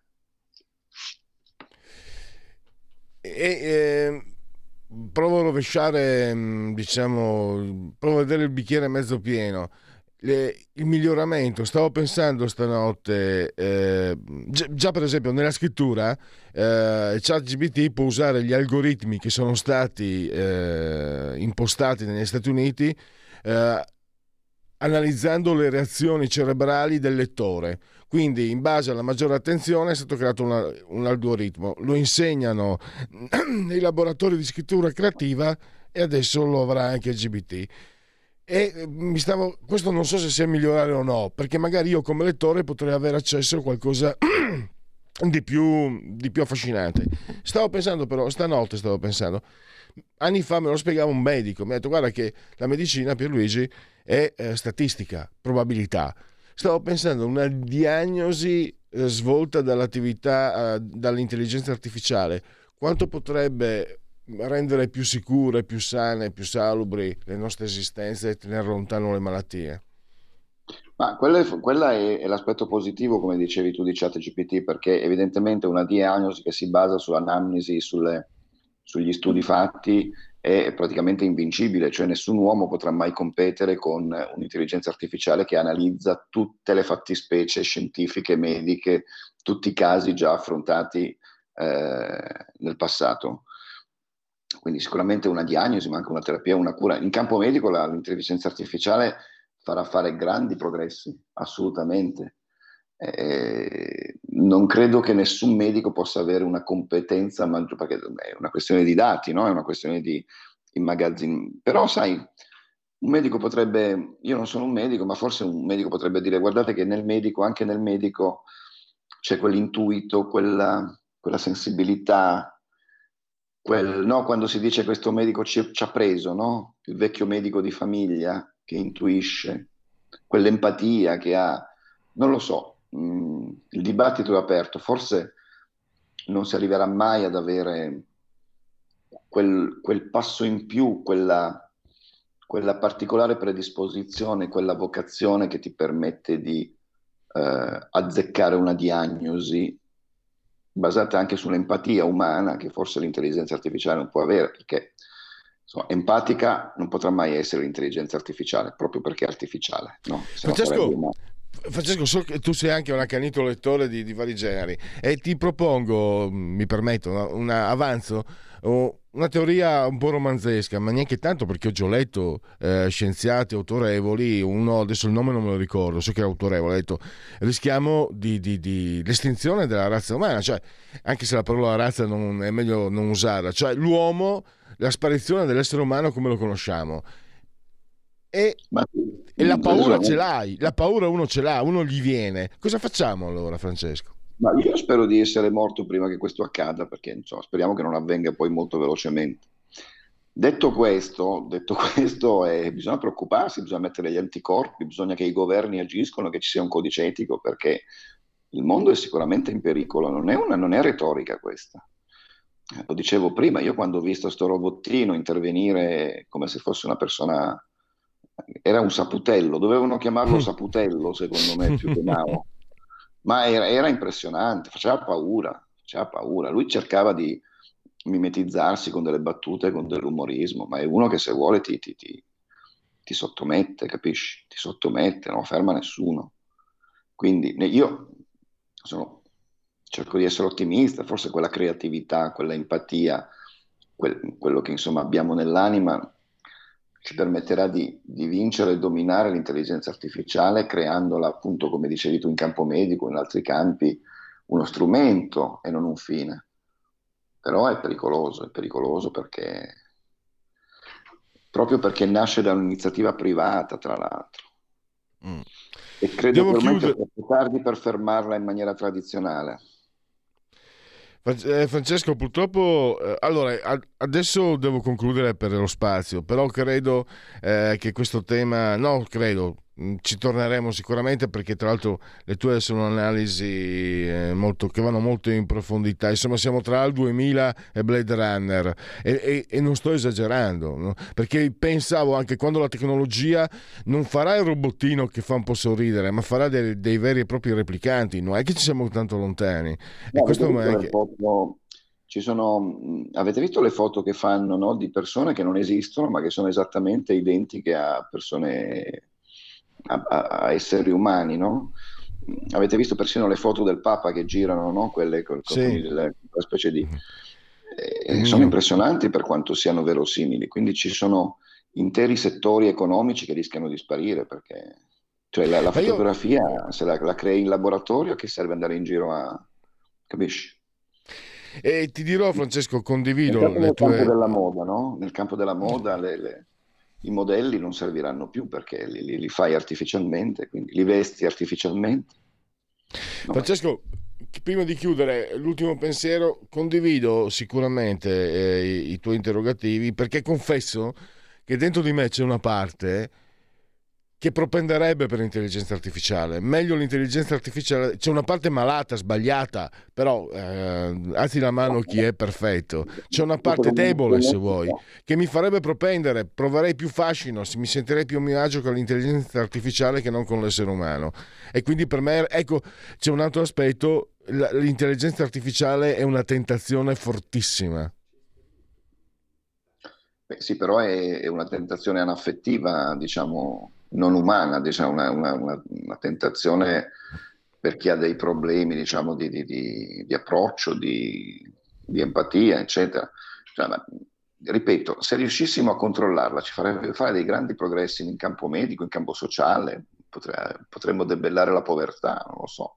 E, eh, provo a rovesciare, diciamo, provo a vedere il bicchiere mezzo pieno. Le, il miglioramento, stavo pensando stanotte, eh, già, già per esempio nella scrittura, eh, ChatGPT può usare gli algoritmi che sono stati eh, impostati negli Stati Uniti, eh, analizzando le reazioni cerebrali del lettore. Quindi in base alla maggiore attenzione è stato creato una, un algoritmo, lo insegnano nei laboratori di scrittura creativa e adesso lo avrà anche G P T. E mi stavo, questo non so se sia migliorare o no, perché magari io come lettore potrei avere accesso a qualcosa di più, di più affascinante. Stavo pensando però, stanotte stavo pensando, anni fa me lo spiegava un medico, mi ha detto guarda che la medicina, Pierluigi, è eh, statistica, probabilità. Stavo pensando a una diagnosi eh, svolta dall'attività, eh, dall'intelligenza artificiale, quanto potrebbe rendere più sicure, più sane, più salubri le nostre esistenze e tenere lontano le malattie. Ma quella è, quella è, è l'aspetto positivo, come dicevi tu, di ChatGPT, perché evidentemente una diagnosi che si basa sull'anamnesi, sulle, sugli studi fatti, è praticamente invincibile, cioè nessun uomo potrà mai competere con un'intelligenza artificiale che analizza tutte le fattispecie scientifiche, mediche, tutti i casi già affrontati eh, nel passato. Quindi sicuramente una diagnosi, ma anche una terapia, una cura. In campo medico la, l'intelligenza artificiale farà fare grandi progressi, assolutamente. Eh, non credo che nessun medico possa avere una competenza maggiore, perché è una questione di dati, no? È una questione di immagazzinamento. Però sai, un medico potrebbe, io non sono un medico, ma forse un medico potrebbe dire guardate che nel medico, anche nel medico c'è quell'intuito, quella, quella sensibilità, quel, no? Quando si dice questo medico ci, ci ha preso, no? Il vecchio medico di famiglia che intuisce, quell'empatia che ha, non lo so. Mm, il dibattito è aperto, forse non si arriverà mai ad avere quel, quel passo in più, quella, quella particolare predisposizione, quella vocazione che ti permette di eh, azzeccare una diagnosi basata anche sull'empatia umana che forse l'intelligenza artificiale non può avere, perché insomma, empatica non potrà mai essere l'intelligenza artificiale, proprio perché è artificiale, no? Se no Francesco, una... Francesco, so che tu sei anche un accanito lettore di, di vari generi e ti propongo, mi permetto, una, una avanzo, una teoria un po' romanzesca, ma neanche tanto, perché ho già letto eh, scienziati autorevoli, uno adesso il nome non me lo ricordo, so che è autorevole, ha detto rischiamo di, di, di l'estinzione della razza umana, cioè anche se la parola razza non, è meglio non usarla, cioè l'uomo, la sparizione dell'essere umano come lo conosciamo. E, Ma, e la paura ce l'hai, la paura uno ce l'ha, uno gli viene. Cosa facciamo allora, Francesco? Ma io spero di essere morto prima che questo accada, perché insomma, speriamo che non avvenga poi molto velocemente. Detto questo, detto questo eh, bisogna preoccuparsi, bisogna mettere gli anticorpi, bisogna che i governi agiscono, che ci sia un codice etico, perché il mondo è sicuramente in pericolo, non è, una, non è retorica questa. Eh, lo dicevo prima, io quando ho visto sto robottino intervenire come se fosse una persona... Era un saputello, dovevano chiamarlo saputello secondo me più che Mao, ma era, era impressionante, faceva paura, faceva paura. Lui cercava di mimetizzarsi con delle battute, con dell'umorismo, ma è uno che se vuole ti, ti, ti, ti sottomette, capisci? Ti sottomette, non ferma nessuno. Quindi io sono, cerco di essere ottimista, forse quella creatività, quella empatia, quel, quello che insomma abbiamo nell'anima ci permetterà di, di vincere e dominare l'intelligenza artificiale, creandola appunto, come dicevi tu, in campo medico, in altri campi, uno strumento e non un fine. Però è pericoloso, è pericoloso perché proprio perché nasce da un'iniziativa privata, tra l'altro. Mm. E credo Devo che ormai chiudere... sia troppo tardi per fermarla in maniera tradizionale. Francesco, purtroppo, eh, allora adesso devo concludere per lo spazio, però credo eh, che questo tema, no, credo, ci torneremo sicuramente, perché tra l'altro le tue sono analisi eh, molto, che vanno molto in profondità. Insomma, siamo tra il duemila e Blade Runner e, e, e non sto esagerando, no? Perché pensavo anche quando la tecnologia non farà il robottino che fa un po' sorridere, ma farà dei, dei veri e propri replicanti. Non è che ci siamo tanto lontani. No, e questo è che... foto, ci sono, avete visto le foto che fanno, no, di persone che non esistono ma che sono esattamente identiche a persone, A, a esseri umani, no? Avete visto persino le foto del Papa che girano, no? Quelle con, con sì. quella specie di eh, mm. sono impressionanti per quanto siano verosimili, quindi ci sono interi settori economici che rischiano di sparire, perché cioè la, la fotografia io... se la, la crei in laboratorio, che serve andare in giro a, capisci? E ti dirò, Francesco, condivido nel, le nel tue... campo della moda, no? Nel campo della moda le, le i modelli non serviranno più, perché li, li, li fai artificialmente, quindi li vesti artificialmente. No. Francesco, prima di chiudere, l'ultimo pensiero: condivido sicuramente eh, i, i tuoi interrogativi, perché confesso che dentro di me c'è una parte che propenderebbe per l'intelligenza artificiale. Meglio l'intelligenza artificiale, c'è una parte malata, sbagliata, però eh, alzi la mano chi è perfetto. C'è una parte debole, se vuoi, che mi farebbe propendere, proverei più fascino, mi sentirei più a mio agio con l'intelligenza artificiale che non con l'essere umano. E quindi per me, ecco, c'è un altro aspetto: l'intelligenza artificiale è una tentazione fortissima. Beh, sì, però è, è una tentazione anaffettiva, diciamo, non umana, diciamo, una, una, una, una tentazione per chi ha dei problemi, diciamo, di, di, di, di approccio, di, di empatia, eccetera. Cioè, ma, ripeto, se riuscissimo a controllarla ci farebbe fare dei grandi progressi in campo medico, in campo sociale, potre, potremmo debellare la povertà, non lo so,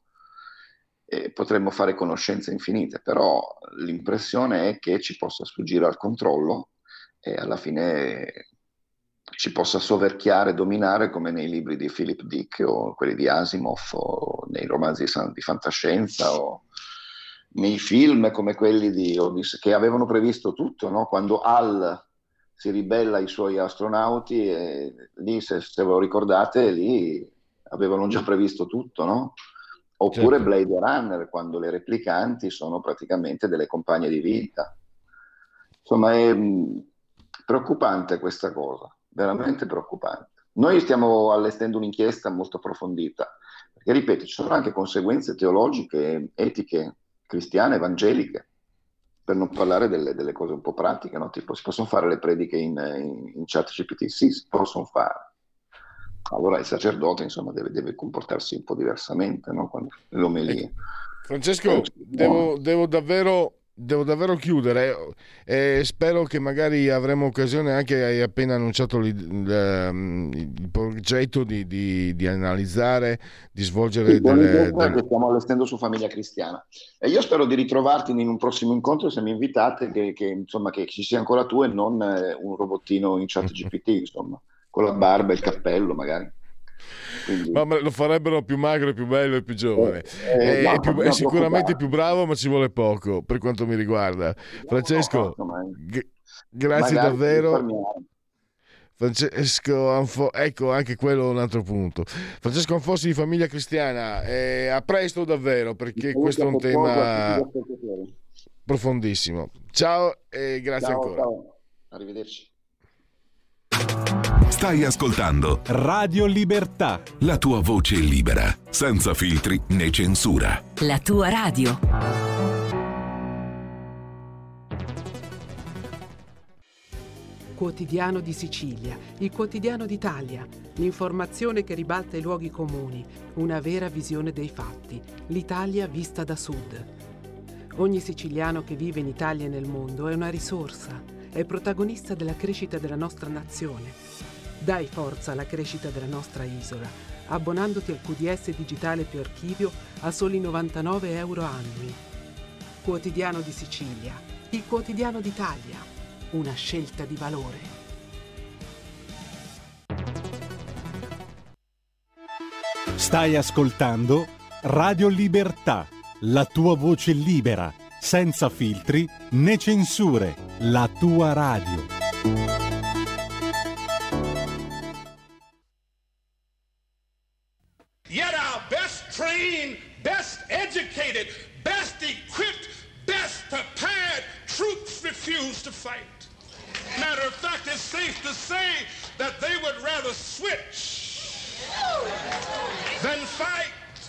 e potremmo fare conoscenze infinite, però l'impressione è che ci possa sfuggire al controllo e alla fine ci possa soverchiare, dominare, come nei libri di Philip Dick o quelli di Asimov o nei romanzi di fantascienza o nei film come quelli di Odyssey, che avevano previsto tutto, no? Quando Hal si ribella ai suoi astronauti, e lì, se, se ve lo ricordate, lì avevano già previsto tutto, no? Oppure certo. Blade Runner, quando le replicanti sono praticamente delle compagne di vita. Insomma, è preoccupante questa cosa, veramente preoccupante. Noi stiamo allestendo un'inchiesta molto approfondita, perché, ripeto, ci sono anche conseguenze teologiche, etiche, cristiane, evangeliche, per non parlare delle, delle cose un po' pratiche, no? Tipo, si possono fare le prediche in, in, in chat G P T? Sì, si possono fare. Allora il sacerdote, insomma, deve, deve comportarsi un po' diversamente, no? Quando l'omelia. Francesco, devo, devo davvero... Devo davvero chiudere e spero che magari avremo occasione, anche hai appena annunciato il, il, il progetto di, di, di analizzare, di svolgere sì, delle, delle... che stiamo allestendo su Famiglia Cristiana, e io spero di ritrovarti in un prossimo incontro, se mi invitate, che, che insomma che ci sia ancora tu e non un robottino in chat G P T, insomma, con la barba e il cappello magari. Quindi... Ma lo farebbero più magro, più bello e più giovane. Eh, eh, no, è, più, è sicuramente più bravo, ma ci vuole poco per quanto mi riguarda. Francesco, no, no, g- grazie davvero. Francesco Anfo, ecco anche quello è un altro punto. Francesco Anfossi di Famiglia Cristiana, eh, a presto davvero, perché questo è un tema profondissimo. Ciao e grazie ciao, ancora. Ciao. Arrivederci. Stai ascoltando Radio Libertà, la tua voce libera, senza filtri né censura. La tua radio. Quotidiano di Sicilia, il quotidiano d'Italia, l'informazione che ribalta i luoghi comuni, una vera visione dei fatti, l'Italia vista da sud. Ogni siciliano che vive in Italia e nel mondo è una risorsa, è protagonista della crescita della nostra nazione. Dai forza alla crescita della nostra isola, abbonandoti al Q D S digitale più archivio a soli novantanove euro annui. Quotidiano di Sicilia, il quotidiano d'Italia. Una scelta di valore. Stai ascoltando Radio Libertà, la tua voce libera, senza filtri né censure, la tua radio. Yet our best trained, best educated, best equipped, best prepared troops refuse to fight. Matter of fact, it's safe to say that they would rather switch than fight.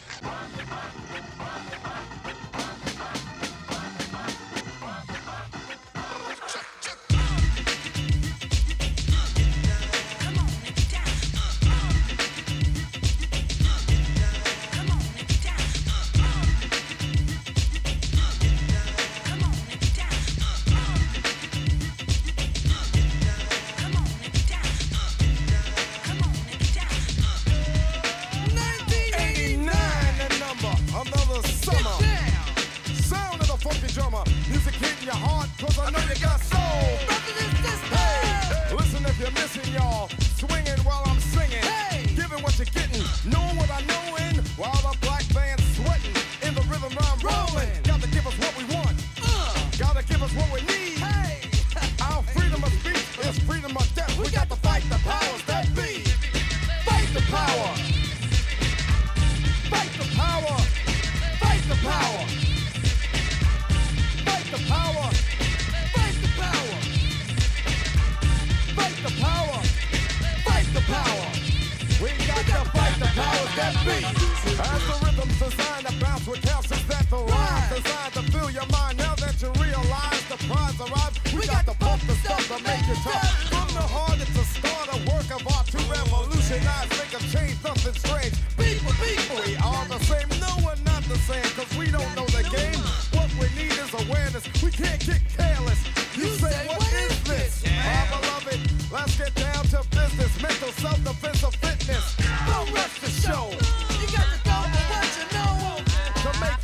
Your heart, cause I know you got soul. Hey, listen if you're missing, y'all. Swinging while I'm singing. Hey, giving what you're getting. Knowing what I know in. While the black band's sweating. In the rhythm I'm rolling. Gotta give us what we want. Uh, gotta give us what we need. Hey, our freedom of speech is freedom of death. We got to fight the powers that be. Fight the power. Fight the power. Fight the power. The power, fight the power, fight the power, fight the power. We got to fight the powers that be. As the rhythm's designed to bounce with calcium that the rhyme designed to fill your mind. Now that you realize the prize arrives, we, we got to pump the stuff to make it tough. From the heart, it's a start, a work of art to revolutionize, make a change, nothing strange. People, people, we are the same. No, we're not the same, cause we don't know the game. What we need is awareness. We can't get careless. You, you say, say, what, what is this? Yeah. My beloved, let's get down to business. Mental self-defense of fitness. Don't rush the show. You got to go for what you know. To make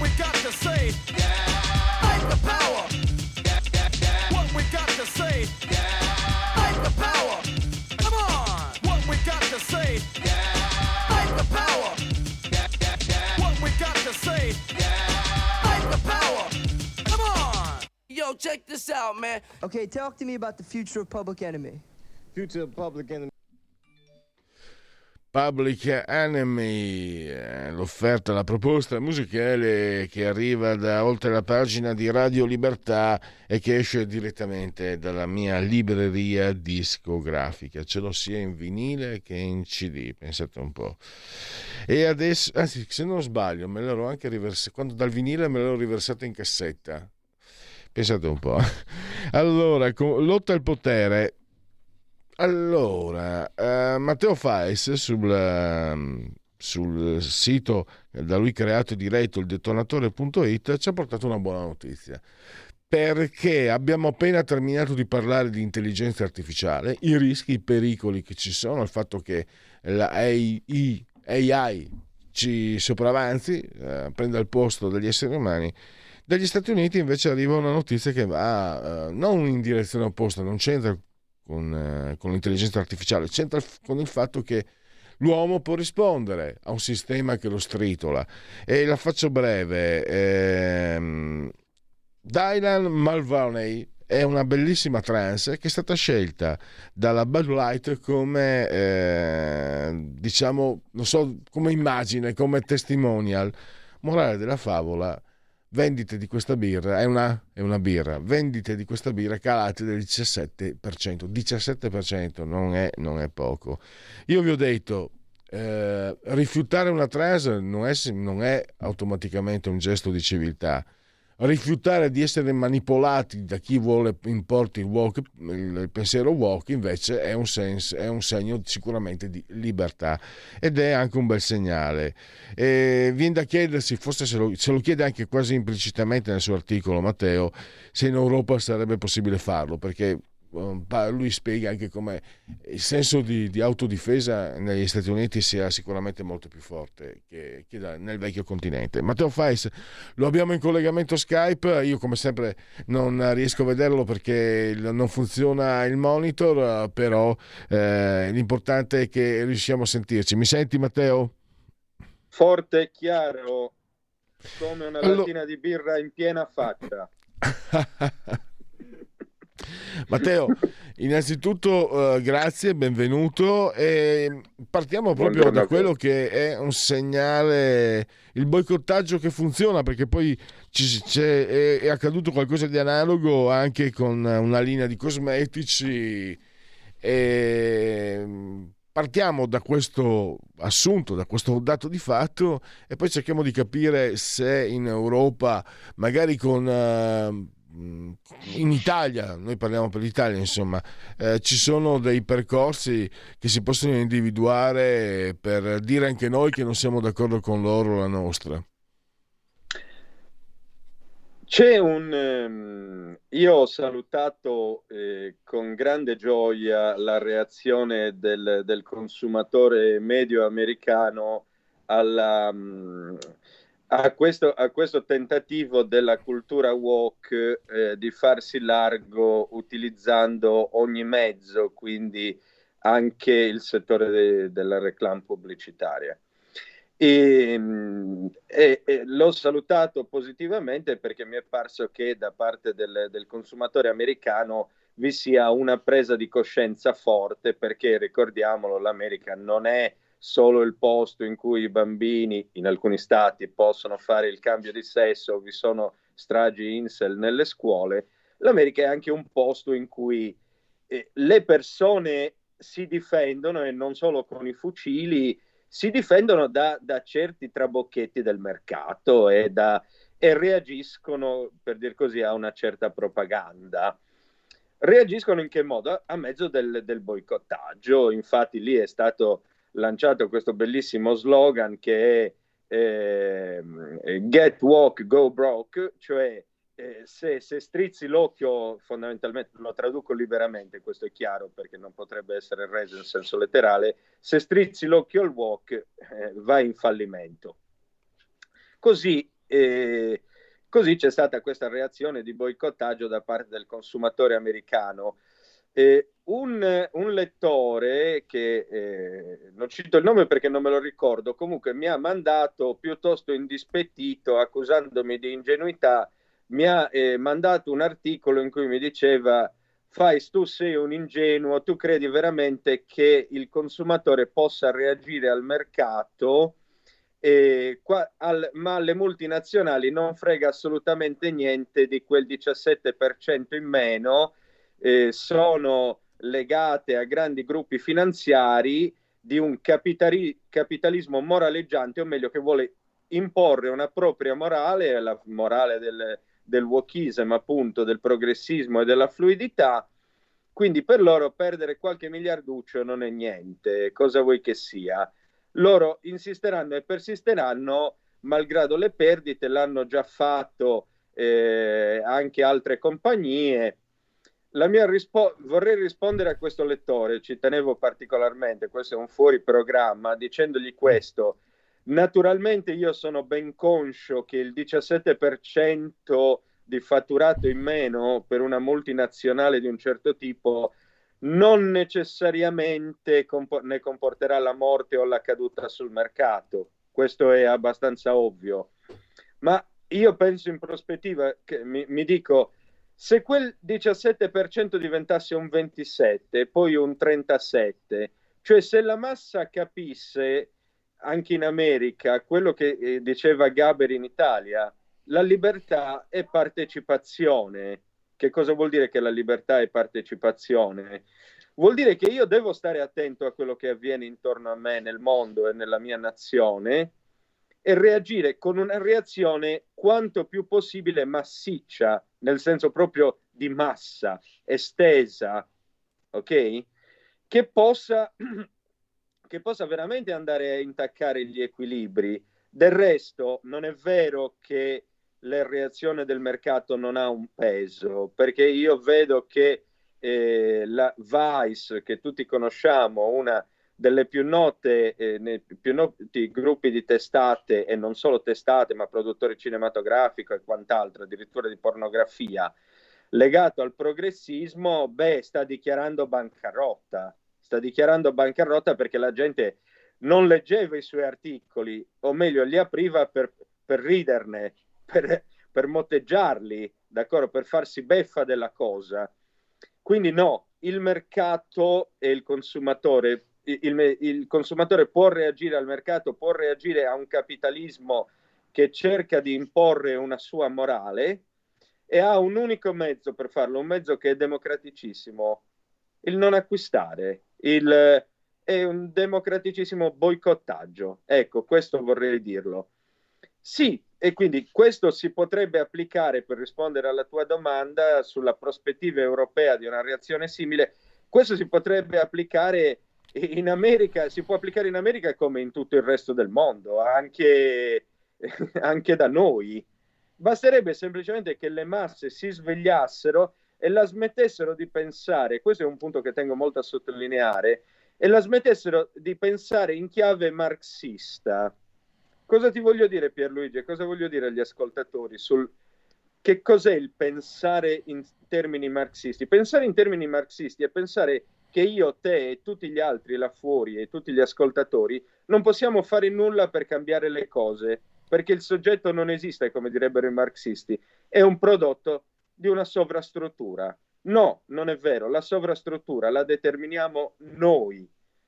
we got to say. Fight the power. What we got to say. Fight the power. Come on. What we got to say. Fight the power. What we got to say. Fight the power. Come on. Yo, check this out, man. Okay, talk to me about the future of Public Enemy. Future of Public Enemy. Public Enemy, eh, l'offerta, la proposta musicale che arriva da oltre la pagina di Radio Libertà e che esce direttamente dalla mia libreria discografica. Ce l'ho sia in vinile che in C D, pensate un po'. E adesso, anzi, se non sbaglio, me l'ero anche riversato, quando dal vinile me l'ero riversato in cassetta. Pensate un po'. Allora, con, lotta al potere. Allora, uh, Matteo Fais sul, uh, sul sito da lui creato e diretto il detonatore punto it ci ha portato una buona notizia, perché abbiamo appena terminato di parlare di intelligenza artificiale, i rischi, i pericoli che ci sono, il fatto che la A I, A I ci sopravanzi, uh, prenda il posto degli esseri umani. Dagli Stati Uniti invece arriva una notizia che va uh, non in direzione opposta, non c'entra Con, eh, con l'intelligenza artificiale, c'entra con il fatto che l'uomo può rispondere a un sistema che lo stritola. E la faccio breve. ehm, Dylan Mulvaney è una bellissima trans che è stata scelta dalla Bud Light come eh, diciamo, non so, come immagine, come testimonial. Morale della favola: vendite di questa birra, è una, è una birra, vendite di questa birra calate del diciassette per cento, diciassette per cento non è, non è poco. Io vi ho detto, eh, rifiutare una trans non è, non è automaticamente un gesto di civiltà. Rifiutare di essere manipolati da chi vuole importi il, woke, il pensiero woke invece è un, senso, è un segno sicuramente di libertà ed è anche un bel segnale. E viene da chiedersi, forse se lo, se lo chiede anche quasi implicitamente nel suo articolo Matteo, se in Europa sarebbe possibile farlo, perché lui spiega anche come il senso di, di autodifesa negli Stati Uniti sia sicuramente molto più forte che, che nel vecchio continente. Matteo Fais lo abbiamo in collegamento Skype, io come sempre non riesco a vederlo perché non funziona il monitor, però eh, l'importante è che riusciamo a sentirci. Mi senti, Matteo? Forte e chiaro, come una Allora... lattina di birra in piena faccia. Matteo, innanzitutto uh, grazie, benvenuto, e partiamo proprio da quello che è un segnale, il boicottaggio che funziona, perché poi ci, c'è, è, è accaduto qualcosa di analogo anche con una linea di cosmetici. E partiamo da questo assunto, da questo dato di fatto, e poi cerchiamo di capire se in Europa, magari con... Uh, in Italia, noi parliamo per l'Italia, insomma, eh, ci sono dei percorsi che si possono individuare per dire anche noi che non siamo d'accordo con loro, la nostra. C'è un um, io ho salutato eh, con grande gioia la reazione del, del consumatore medio americano alla um, A questo, a questo tentativo della cultura woke eh, di farsi largo utilizzando ogni mezzo, quindi anche il settore de, della reclame pubblicitaria. E, e, e l'ho salutato positivamente perché mi è parso che da parte del, del consumatore americano vi sia una presa di coscienza forte, perché ricordiamolo, l'America non è solo il posto in cui i bambini in alcuni stati possono fare il cambio di sesso, vi sono stragi incel nelle scuole. L'America è anche un posto in cui eh, le persone si difendono, e non solo con i fucili, si difendono da, da certi trabocchetti del mercato e, da, e reagiscono, per dir così, a una certa propaganda. Reagiscono in che modo? A mezzo del, del boicottaggio. Infatti lì è stato lanciato questo bellissimo slogan che è eh, Get Woke, Go Broke, cioè eh, se, se strizzi l'occhio, fondamentalmente lo traduco liberamente, questo è chiaro perché non potrebbe essere reso in senso letterale, se strizzi l'occhio al woke eh, vai in fallimento. Così E così c'è stata questa reazione di boicottaggio da parte del consumatore americano. Eh, un, un lettore, che eh, non cito il nome perché non me lo ricordo, comunque mi ha mandato piuttosto indispettito, accusandomi di ingenuità, mi ha eh, mandato un articolo in cui mi diceva: Fais, tu sei un ingenuo, tu credi veramente che il consumatore possa reagire al mercato, eh, qua, al, ma alle multinazionali non frega assolutamente niente di quel diciassette per cento in meno, eh, sono legate a grandi gruppi finanziari di un capitali- capitalismo moraleggiante, o meglio che vuole imporre una propria morale, la morale del, del wokism, appunto, del progressismo e della fluidità. Quindi per loro perdere qualche miliarduccio non è niente, cosa vuoi che sia. Loro insisteranno e persisteranno malgrado le perdite, l'hanno già fatto eh, anche altre compagnie. La mia rispo- vorrei rispondere a questo lettore, ci tenevo particolarmente, questo è un fuori programma, dicendogli questo: naturalmente io sono ben conscio che il diciassette per cento di fatturato in meno per una multinazionale di un certo tipo non necessariamente compo- ne comporterà la morte o la caduta sul mercato, questo è abbastanza ovvio, ma io penso in prospettiva, che mi, mi dico, se quel diciassette per cento diventasse un ventisette, poi un trentasette, cioè se la massa capisse anche in America quello che eh, diceva Gaber in Italia, la libertà è partecipazione. Che cosa vuol dire che la libertà è partecipazione? Vuol dire che io devo stare attento a quello che avviene intorno a me, nel mondo e nella mia nazione, e reagire con una reazione quanto più possibile massiccia, nel senso proprio di massa, estesa, ok? Che possa, che possa veramente andare a intaccare gli equilibri. Del resto, non è vero che la reazione del mercato non ha un peso, perché io vedo che eh, la Vice, che tutti conosciamo, una delle più note, eh, nei più noti gruppi di testate, e non solo testate, ma produttori cinematografici e quant'altro, addirittura di pornografia, legato al progressismo, beh, sta dichiarando bancarotta. Sta dichiarando bancarotta perché la gente non leggeva i suoi articoli, o meglio, li apriva per, per riderne, per, per motteggiarli, d'accordo? Per farsi beffa della cosa. Quindi no, il mercato e il consumatore, il, il consumatore può reagire al mercato, può reagire a un capitalismo che cerca di imporre una sua morale, e ha un unico mezzo per farlo, un mezzo che è democraticissimo: il non acquistare, il, è un democraticissimo boicottaggio. Ecco, questo vorrei dirlo. Sì, e quindi questo si potrebbe applicare, per rispondere alla tua domanda sulla prospettiva europea di una reazione simile, questo si potrebbe applicare in America, si può applicare in America come in tutto il resto del mondo, anche, anche da noi. Basterebbe semplicemente che le masse si svegliassero e la smettessero di pensare, questo è un punto che tengo molto a sottolineare, e la smettessero di pensare in chiave marxista. Cosa ti voglio dire, Pierluigi, e cosa voglio dire agli ascoltatori sul che cos'è il pensare in termini marxisti? Pensare in termini marxisti è pensare che io, te e tutti gli altri là fuori e tutti gli ascoltatori non possiamo fare nulla per cambiare le cose, perché il soggetto non esiste, come direbbero i marxisti, è un prodotto di una sovrastruttura. No, non è vero, la sovrastruttura la determiniamo noi.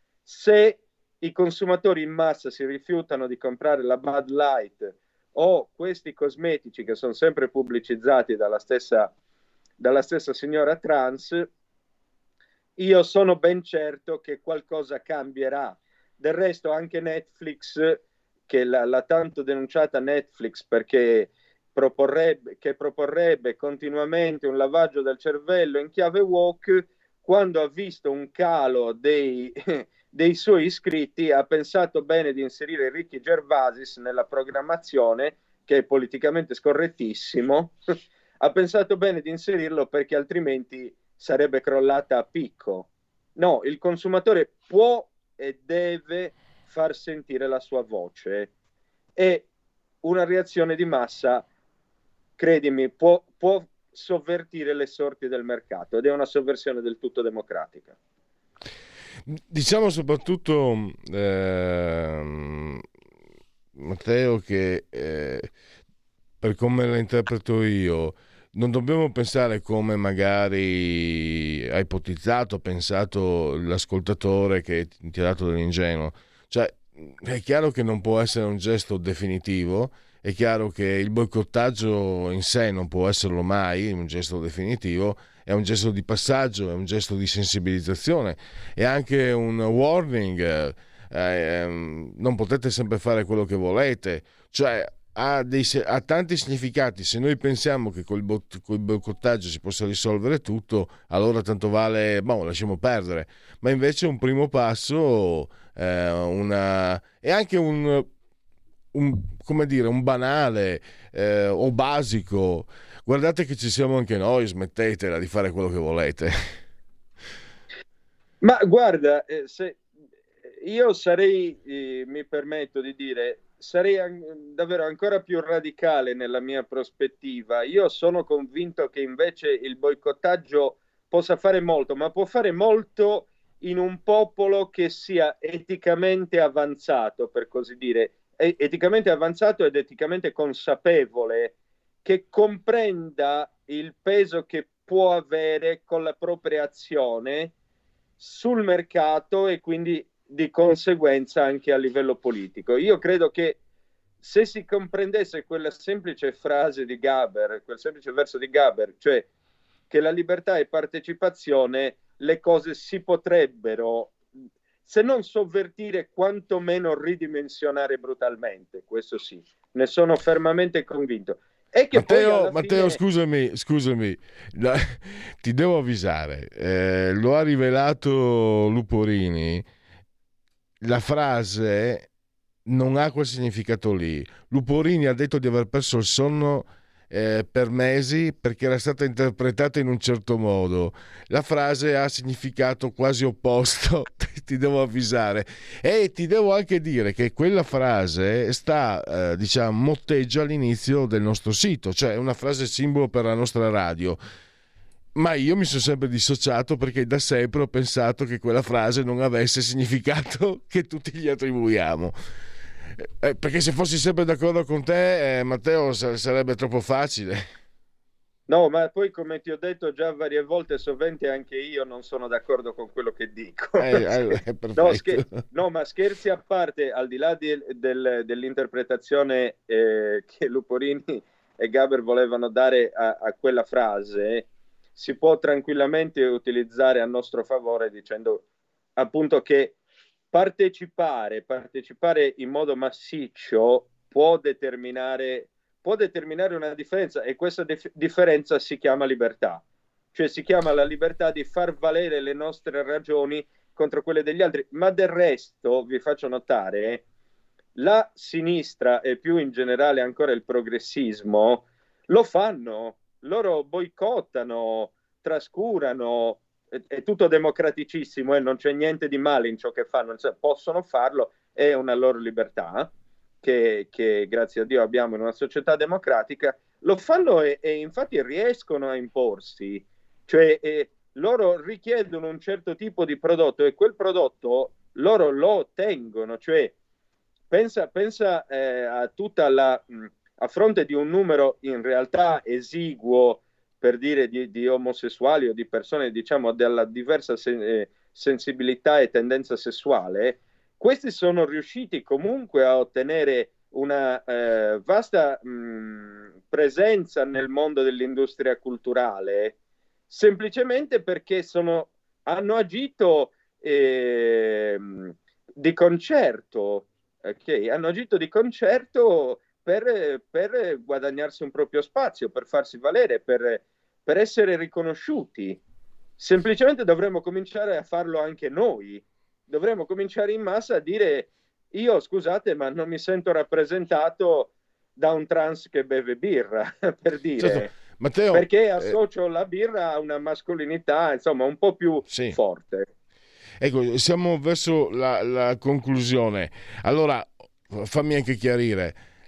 Se i consumatori in massa si rifiutano di comprare la Bud Light o questi cosmetici che sono sempre pubblicizzati dalla stessa, dalla stessa signora trans, io sono ben certo che qualcosa cambierà. Del resto anche Netflix, che la, la tanto denunciata Netflix perché proporrebbe, che proporrebbe continuamente un lavaggio del cervello in chiave woke, quando ha visto un calo dei, dei suoi iscritti ha pensato bene di inserire Ricky Gervais nella programmazione, che è politicamente scorrettissimo, ha pensato bene di inserirlo perché altrimenti sarebbe crollata a picco. No, il consumatore può e deve far sentire la sua voce, e una reazione di massa, credimi, può, può sovvertire le sorti del mercato, ed è una sovversione del tutto democratica. Diciamo soprattutto, eh, Matteo, che eh, per come la interpreto io, non dobbiamo pensare come magari ha ipotizzato, pensato l'ascoltatore che ti ha dato dell'ingenuo. Cioè, è chiaro che non può essere un gesto definitivo, è chiaro che il boicottaggio in sé non può esserlo mai un gesto definitivo, è un gesto di passaggio, è un gesto di sensibilizzazione, è anche un warning, eh, eh, non potete sempre fare quello che volete, cioè ha, dei, ha tanti significati. Se noi pensiamo che col, bot, col boicottaggio si possa risolvere tutto, allora tanto vale, boh, lasciamo perdere, ma invece un primo passo, eh, una, è anche un, un, come dire, un banale eh, o basico: guardate che ci siamo anche noi, smettetela di fare quello che volete. Ma guarda, eh, se io sarei, eh, mi permetto di dire, sarei an- davvero ancora più radicale nella mia prospettiva. Io sono convinto che invece il boicottaggio possa fare molto, ma può fare molto in un popolo che sia eticamente avanzato, per così dire, e- eticamente avanzato ed eticamente consapevole, che comprenda il peso che può avere con la propria azione sul mercato e quindi di conseguenza anche a livello politico. Io credo che se si comprendesse quella semplice frase di Gaber, quel semplice verso di Gaber, cioè che la libertà è partecipazione, le cose si potrebbero, se non sovvertire, quantomeno ridimensionare brutalmente. Questo sì, ne sono fermamente convinto. E che Matteo, poi Matteo fine... scusami, scusami, no, ti devo avvisare, eh, lo ha rivelato Luporini, la frase non ha quel significato lì. Luporini ha detto di aver perso il sonno eh, per mesi perché era stata interpretata in un certo modo. La frase ha significato quasi opposto, ti devo avvisare. E ti devo anche dire che quella frase sta, eh, diciamo, motteggia all'inizio del nostro sito, cioè è una frase simbolo per la nostra radio. Ma io mi sono sempre dissociato perché da sempre ho pensato che quella frase non avesse significato che tutti gli attribuiamo. Eh, perché se fossi sempre d'accordo con te, eh, Matteo, sarebbe troppo facile. No, ma poi, come ti ho detto già varie volte, sovente anche io non sono d'accordo con quello che dico. Eh, eh, no, scher- no, ma scherzi a parte, al di là di, del, dell'interpretazione eh, che Luporini e Gaber volevano dare a, a quella frase, si può tranquillamente utilizzare a nostro favore dicendo appunto che partecipare, partecipare in modo massiccio può determinare, può determinare una differenza, e questa dif- differenza si chiama libertà, cioè si chiama la libertà di far valere le nostre ragioni contro quelle degli altri. Ma del resto vi faccio notare, la sinistra e più in generale ancora il progressismo lo fanno. Loro boicottano, trascurano, è, è tutto democraticissimo e eh? non c'è niente di male in ciò che fanno, cioè, possono farlo, è una loro libertà che, che grazie a Dio abbiamo in una società democratica, lo fanno e, e infatti riescono a imporsi, cioè eh, loro richiedono un certo tipo di prodotto e quel prodotto loro lo ottengono, cioè pensa, pensa eh, a tutta la... Mh, a fronte di un numero in realtà esiguo, per dire, di, di omosessuali o di persone, diciamo, della diversa sen- eh, sensibilità e tendenza sessuale, questi sono riusciti comunque a ottenere una eh, vasta mh, presenza nel mondo dell'industria culturale, semplicemente perché sono, hanno agito eh, di concerto, ok? Hanno agito di concerto Per, per guadagnarsi un proprio spazio, per farsi valere, per, per essere riconosciuti. Semplicemente dovremmo cominciare a farlo anche noi. Dovremmo cominciare in massa a dire: io, scusate, ma non mi sento rappresentato da un trans che beve birra, per dire. Certo. Matteo, perché associo eh... la birra a una mascolinità, insomma, un po' più sì. forte. Ecco, siamo verso la, la conclusione. Allora, fammi anche chiarire.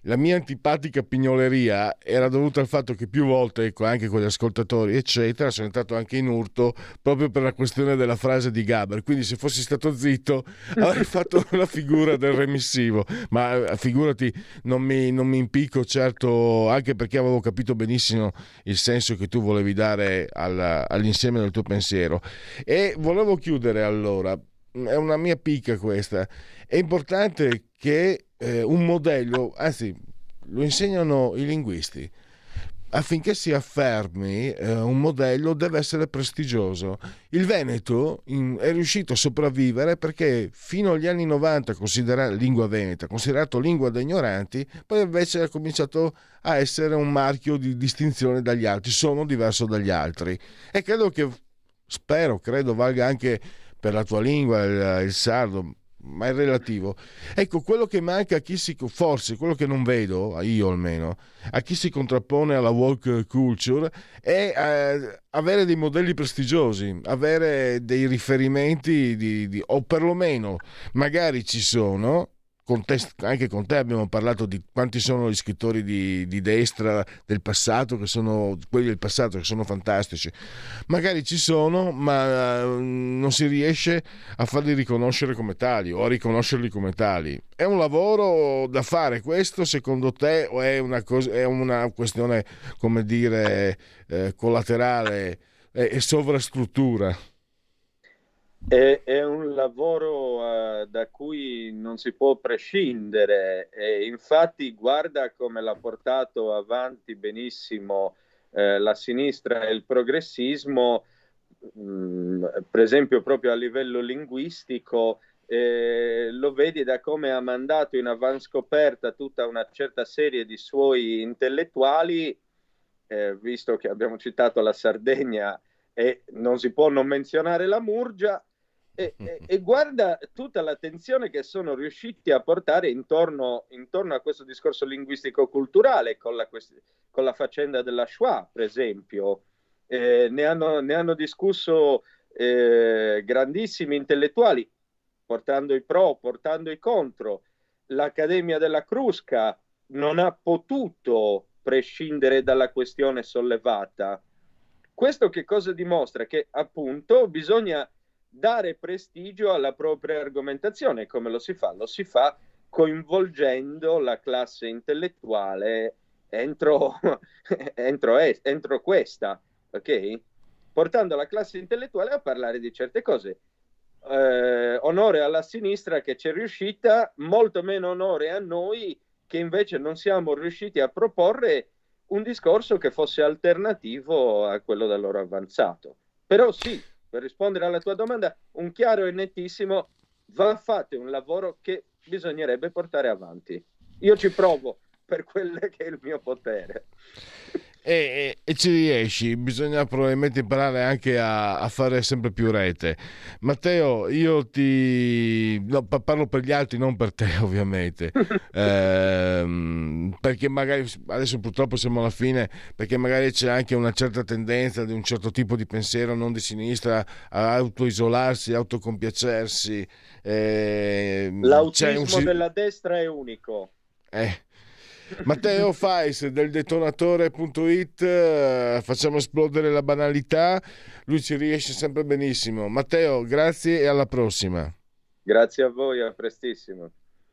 la mia antipatica pignoleria era dovuta al fatto che più volte, ecco, anche con gli ascoltatori eccetera, sono entrato anche in urto proprio per la questione della frase di Gaber, quindi se fossi stato zitto avrei fatto la figura del remissivo, ma figurati, non mi, non mi impicco certo, anche perché avevo capito benissimo il senso che tu volevi dare al, all'insieme del tuo pensiero. E volevo chiudere allora, è una mia picca questa, è importante che eh, un modello, anzi lo insegnano i linguisti, affinché si affermi eh, un modello deve essere prestigioso. Il Veneto in, è riuscito a sopravvivere perché fino agli anni novanta considerato lingua veneta, considerato lingua da ignoranti, poi invece ha cominciato a essere un marchio di distinzione dagli altri, sono diverso dagli altri, e credo che, spero, credo valga anche per la tua lingua, il, il sardo, ma è relativo. Ecco, quello che manca a chi si, forse quello che non vedo, io almeno, a chi si contrappone alla woke culture è eh, avere dei modelli prestigiosi, avere dei riferimenti di, di, o perlomeno magari ci sono. Con te, anche con te abbiamo parlato di quanti sono gli scrittori di, di destra del passato, che sono quelli del passato che sono fantastici, magari ci sono, ma non si riesce a farli riconoscere come tali o a riconoscerli come tali. È un lavoro da fare questo, secondo te, o è una cosa, è una questione, come dire, eh, collaterale e, e sovrastruttura? È, è un lavoro uh, da cui non si può prescindere, e infatti guarda come l'ha portato avanti benissimo eh, la sinistra e il progressismo, mh, per esempio proprio a livello linguistico, eh, lo vedi da come ha mandato in avanscoperta tutta una certa serie di suoi intellettuali, eh, visto che abbiamo citato la Sardegna e non si può non menzionare la Murgia, e, e, e guarda tutta l'attenzione che sono riusciti a portare intorno, intorno a questo discorso linguistico-culturale, con la, con la faccenda della Shoah, per esempio. Eh, ne, hanno, ne hanno discusso eh, grandissimi intellettuali, portando i pro, portando i contro. L'Accademia della Crusca non ha potuto prescindere dalla questione sollevata. Questo che cosa dimostra? Che appunto bisogna dare prestigio alla propria argomentazione. Come lo si fa? Lo si fa coinvolgendo la classe intellettuale entro, entro, entro questa, ok? Portando la classe intellettuale a parlare di certe cose. Eh, onore alla sinistra che ci è riuscita, molto meno onore a noi che invece non siamo riusciti a proporre un discorso che fosse alternativo a quello da loro avanzato. Però sì, per rispondere alla tua domanda, un chiaro e nettissimo: va fatto un lavoro che bisognerebbe portare avanti. Io ci provo per quello che è il mio potere. E, e, e ci riesci, bisogna probabilmente imparare anche a, a fare sempre più rete. Matteo, io ti no, parlo per gli altri, non per te ovviamente, eh, perché magari adesso purtroppo siamo alla fine, perché magari c'è anche una certa tendenza di un certo tipo di pensiero non di sinistra a autoisolarsi, autocompiacersi. Eh, L'autismo un... della destra è unico. Eh. Matteo Fais del detonatore punto it, eh, facciamo esplodere la banalità, lui ci riesce sempre benissimo. Matteo, grazie e alla prossima. Grazie a voi, a prestissimo.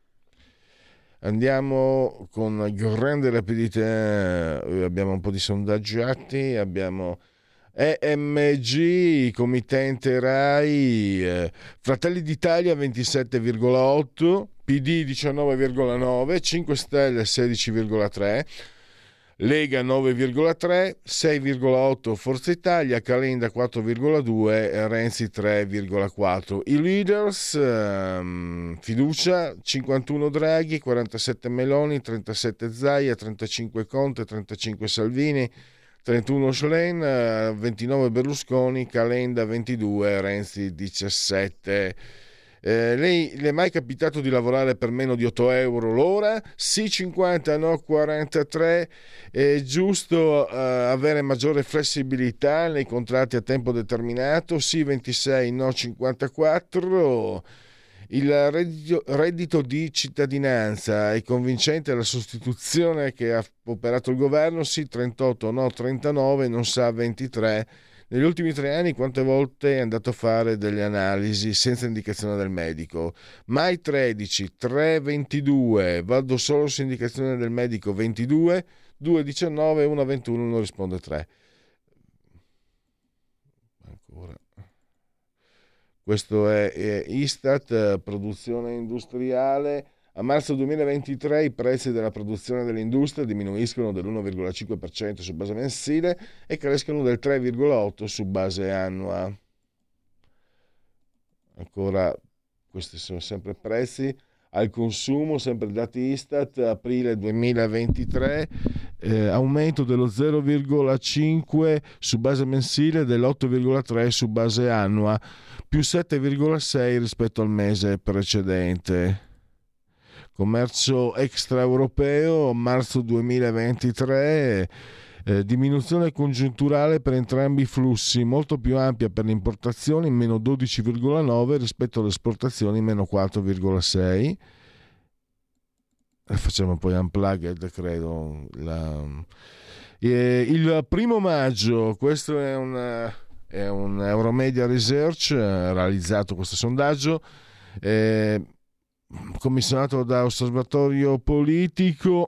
Andiamo con grande rapidità, abbiamo un po' di sondaggiati, abbiamo E M G, committente Rai, eh, Fratelli d'Italia ventisette virgola otto, P D diciannove virgola nove, cinque Stelle sedici virgola tre, Lega nove virgola tre, sei virgola otto Forza Italia, Calenda quattro virgola due, Renzi tre virgola quattro. I leaders, ehm, fiducia cinquantuno Draghi, quarantasette Meloni, trentasette Zaia, trentacinque Conte, trentacinque Salvini, trentuno Schlein, ventinove Berlusconi, Calenda ventidue, Renzi diciassette. Eh, lei le è mai capitato di lavorare per meno di otto euro l'ora? Sì cinquanta, no quarantatré. È giusto eh, avere maggiore flessibilità nei contratti a tempo determinato? Sì ventisei, no cinquantaquattro. Il reddito, reddito di cittadinanza, è convincente la sostituzione che ha operato il governo? Sì, trentotto, no, trentanove, non sa ventitré. Negli ultimi tre anni quante volte è andato a fare delle analisi senza indicazione del medico? Mai tredici, tre ventidue, vado solo su indicazione del medico ventidue, due diciannove, uno ventuno, uno risponde tre. Ancora. Questo è, è Istat, produzione industriale. A marzo duemilaventitré i prezzi della produzione dell'industria diminuiscono dell'uno virgola cinque per cento su base mensile e crescono del tre virgola otto per cento su base annua. Ancora, questi sono sempre prezzi al consumo, sempre dati Istat, aprile duemilaventitré, eh, aumento dello zero virgola cinque su base mensile e dell'otto virgola tre su base annua, più sette virgola sei rispetto al mese precedente. Commercio extraeuropeo, marzo duemilaventitré, eh, diminuzione congiunturale per entrambi i flussi, molto più ampia per le importazioni, meno dodici virgola nove rispetto alle esportazioni, meno quattro virgola sei. Facciamo poi unplugged, credo. La... Eh, il primo maggio, questo è un, è un Euromedia Research, eh, realizzato questo sondaggio, eh, commissionato da Osservatorio Politico.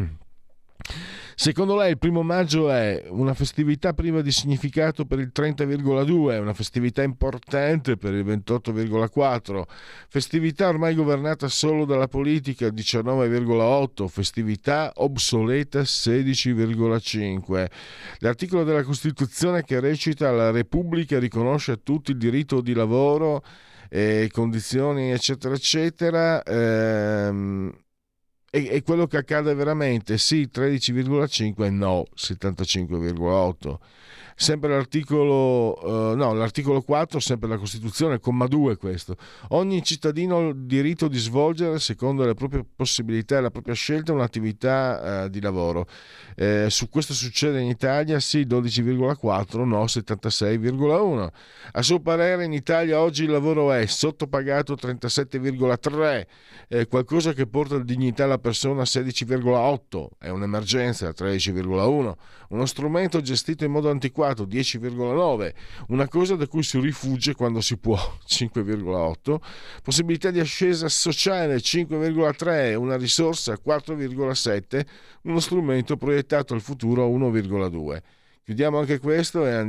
Secondo lei il primo maggio è una festività priva di significato per il trenta virgola due, è una festività importante per il ventotto virgola quattro, festività ormai governata solo dalla politica diciannove virgola otto, festività obsoleta sedici virgola cinque. L'articolo della Costituzione che recita: la Repubblica riconosce a tutti il diritto di lavoro e condizioni eccetera eccetera, ehm, e, e quello che accade veramente, sì tredici virgola cinque, no settantacinque virgola otto. Sempre l'articolo, eh, no, l'articolo quattro, sempre la Costituzione, comma due, questo: ogni cittadino ha il diritto di svolgere secondo le proprie possibilità e la propria scelta un'attività eh, di lavoro. Eh, su questo succede in Italia? Sì dodici virgola quattro, no settantasei virgola uno. A suo parere in Italia oggi il lavoro è sottopagato trentasette virgola tre, eh, qualcosa che porta dignità alla persona sedici virgola otto, è un'emergenza tredici virgola uno, uno strumento gestito in modo antiquato dieci virgola nove, una cosa da cui si rifugge quando si può cinque virgola otto, possibilità di ascesa sociale cinque virgola tre, una risorsa quattro virgola sette, uno strumento proiettato al futuro uno virgola due. Chiudiamo anche questo e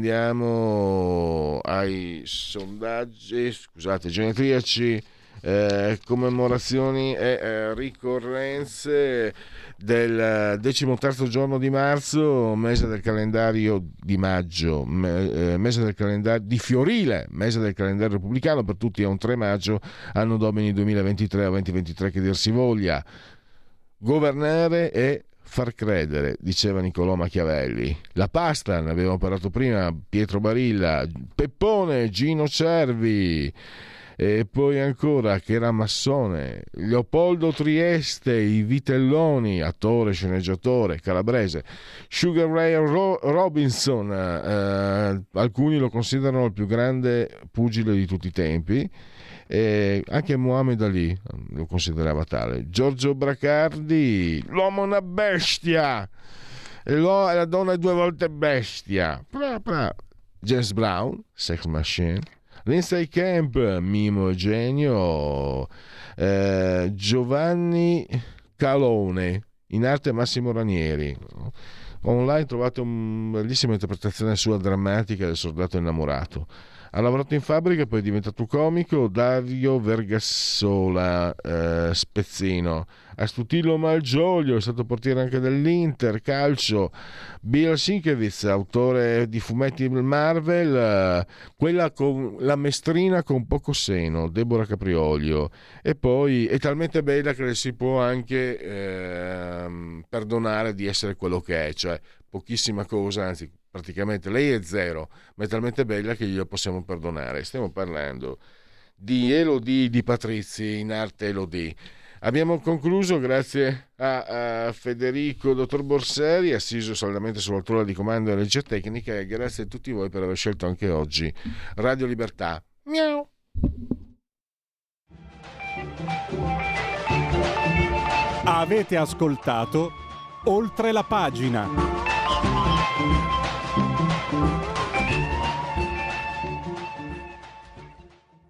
andiamo ai sondaggi, scusate, genetriaci, eh, commemorazioni e eh, ricorrenze del decimoterzo giorno di marzo, mese del calendario di maggio, me, eh, mese del calendario di Fiorile, mese del calendario repubblicano, per tutti è un tre maggio, anno domini duemilaventitré o duemilaventitré che dir si voglia. Governare e far credere, diceva Niccolò Machiavelli. La pasta, ne abbiamo parlato prima, Pietro Barilla, Peppone, Gino Cervi. E poi ancora, che era massone, Leopoldo Trieste, i Vitelloni, attore, sceneggiatore, calabrese, Sugar Ray Ro- Robinson, eh, alcuni lo considerano il più grande pugile di tutti i tempi, e anche Muhammad Ali lo considerava tale, Giorgio Bracardi, l'uomo è una bestia, e la donna è due volte bestia, pra, pra. James Brown, Sex Machine, Lindsay Camp, Mimo Eugenio, eh, Giovanni Calone, in arte Massimo Ranieri. Online trovate una bellissima interpretazione sua drammatica del soldato innamorato. Ha lavorato in fabbrica, poi è diventato comico. Dario Vergassola, eh, Spezzino. Astutillo Malgioglio, è stato portiere anche dell'Inter, calcio. Bill Sienkiewicz, autore di fumetti Marvel, eh, quella con la mestrina con poco seno, Deborah Capriolio. E poi è talmente bella che le si può anche eh, perdonare di essere quello che è, cioè pochissima cosa, anzi praticamente lei è zero, ma è talmente bella che glielo possiamo perdonare. Stiamo parlando di Elodie Di Patrizi, in arte Elodie. Abbiamo concluso grazie a, a Federico Dottor Borseri, assiso saldamente sull'altura di comando e regia tecnica, e grazie a tutti voi per aver scelto anche oggi Radio Libertà. Miau. Avete ascoltato Oltre la pagina.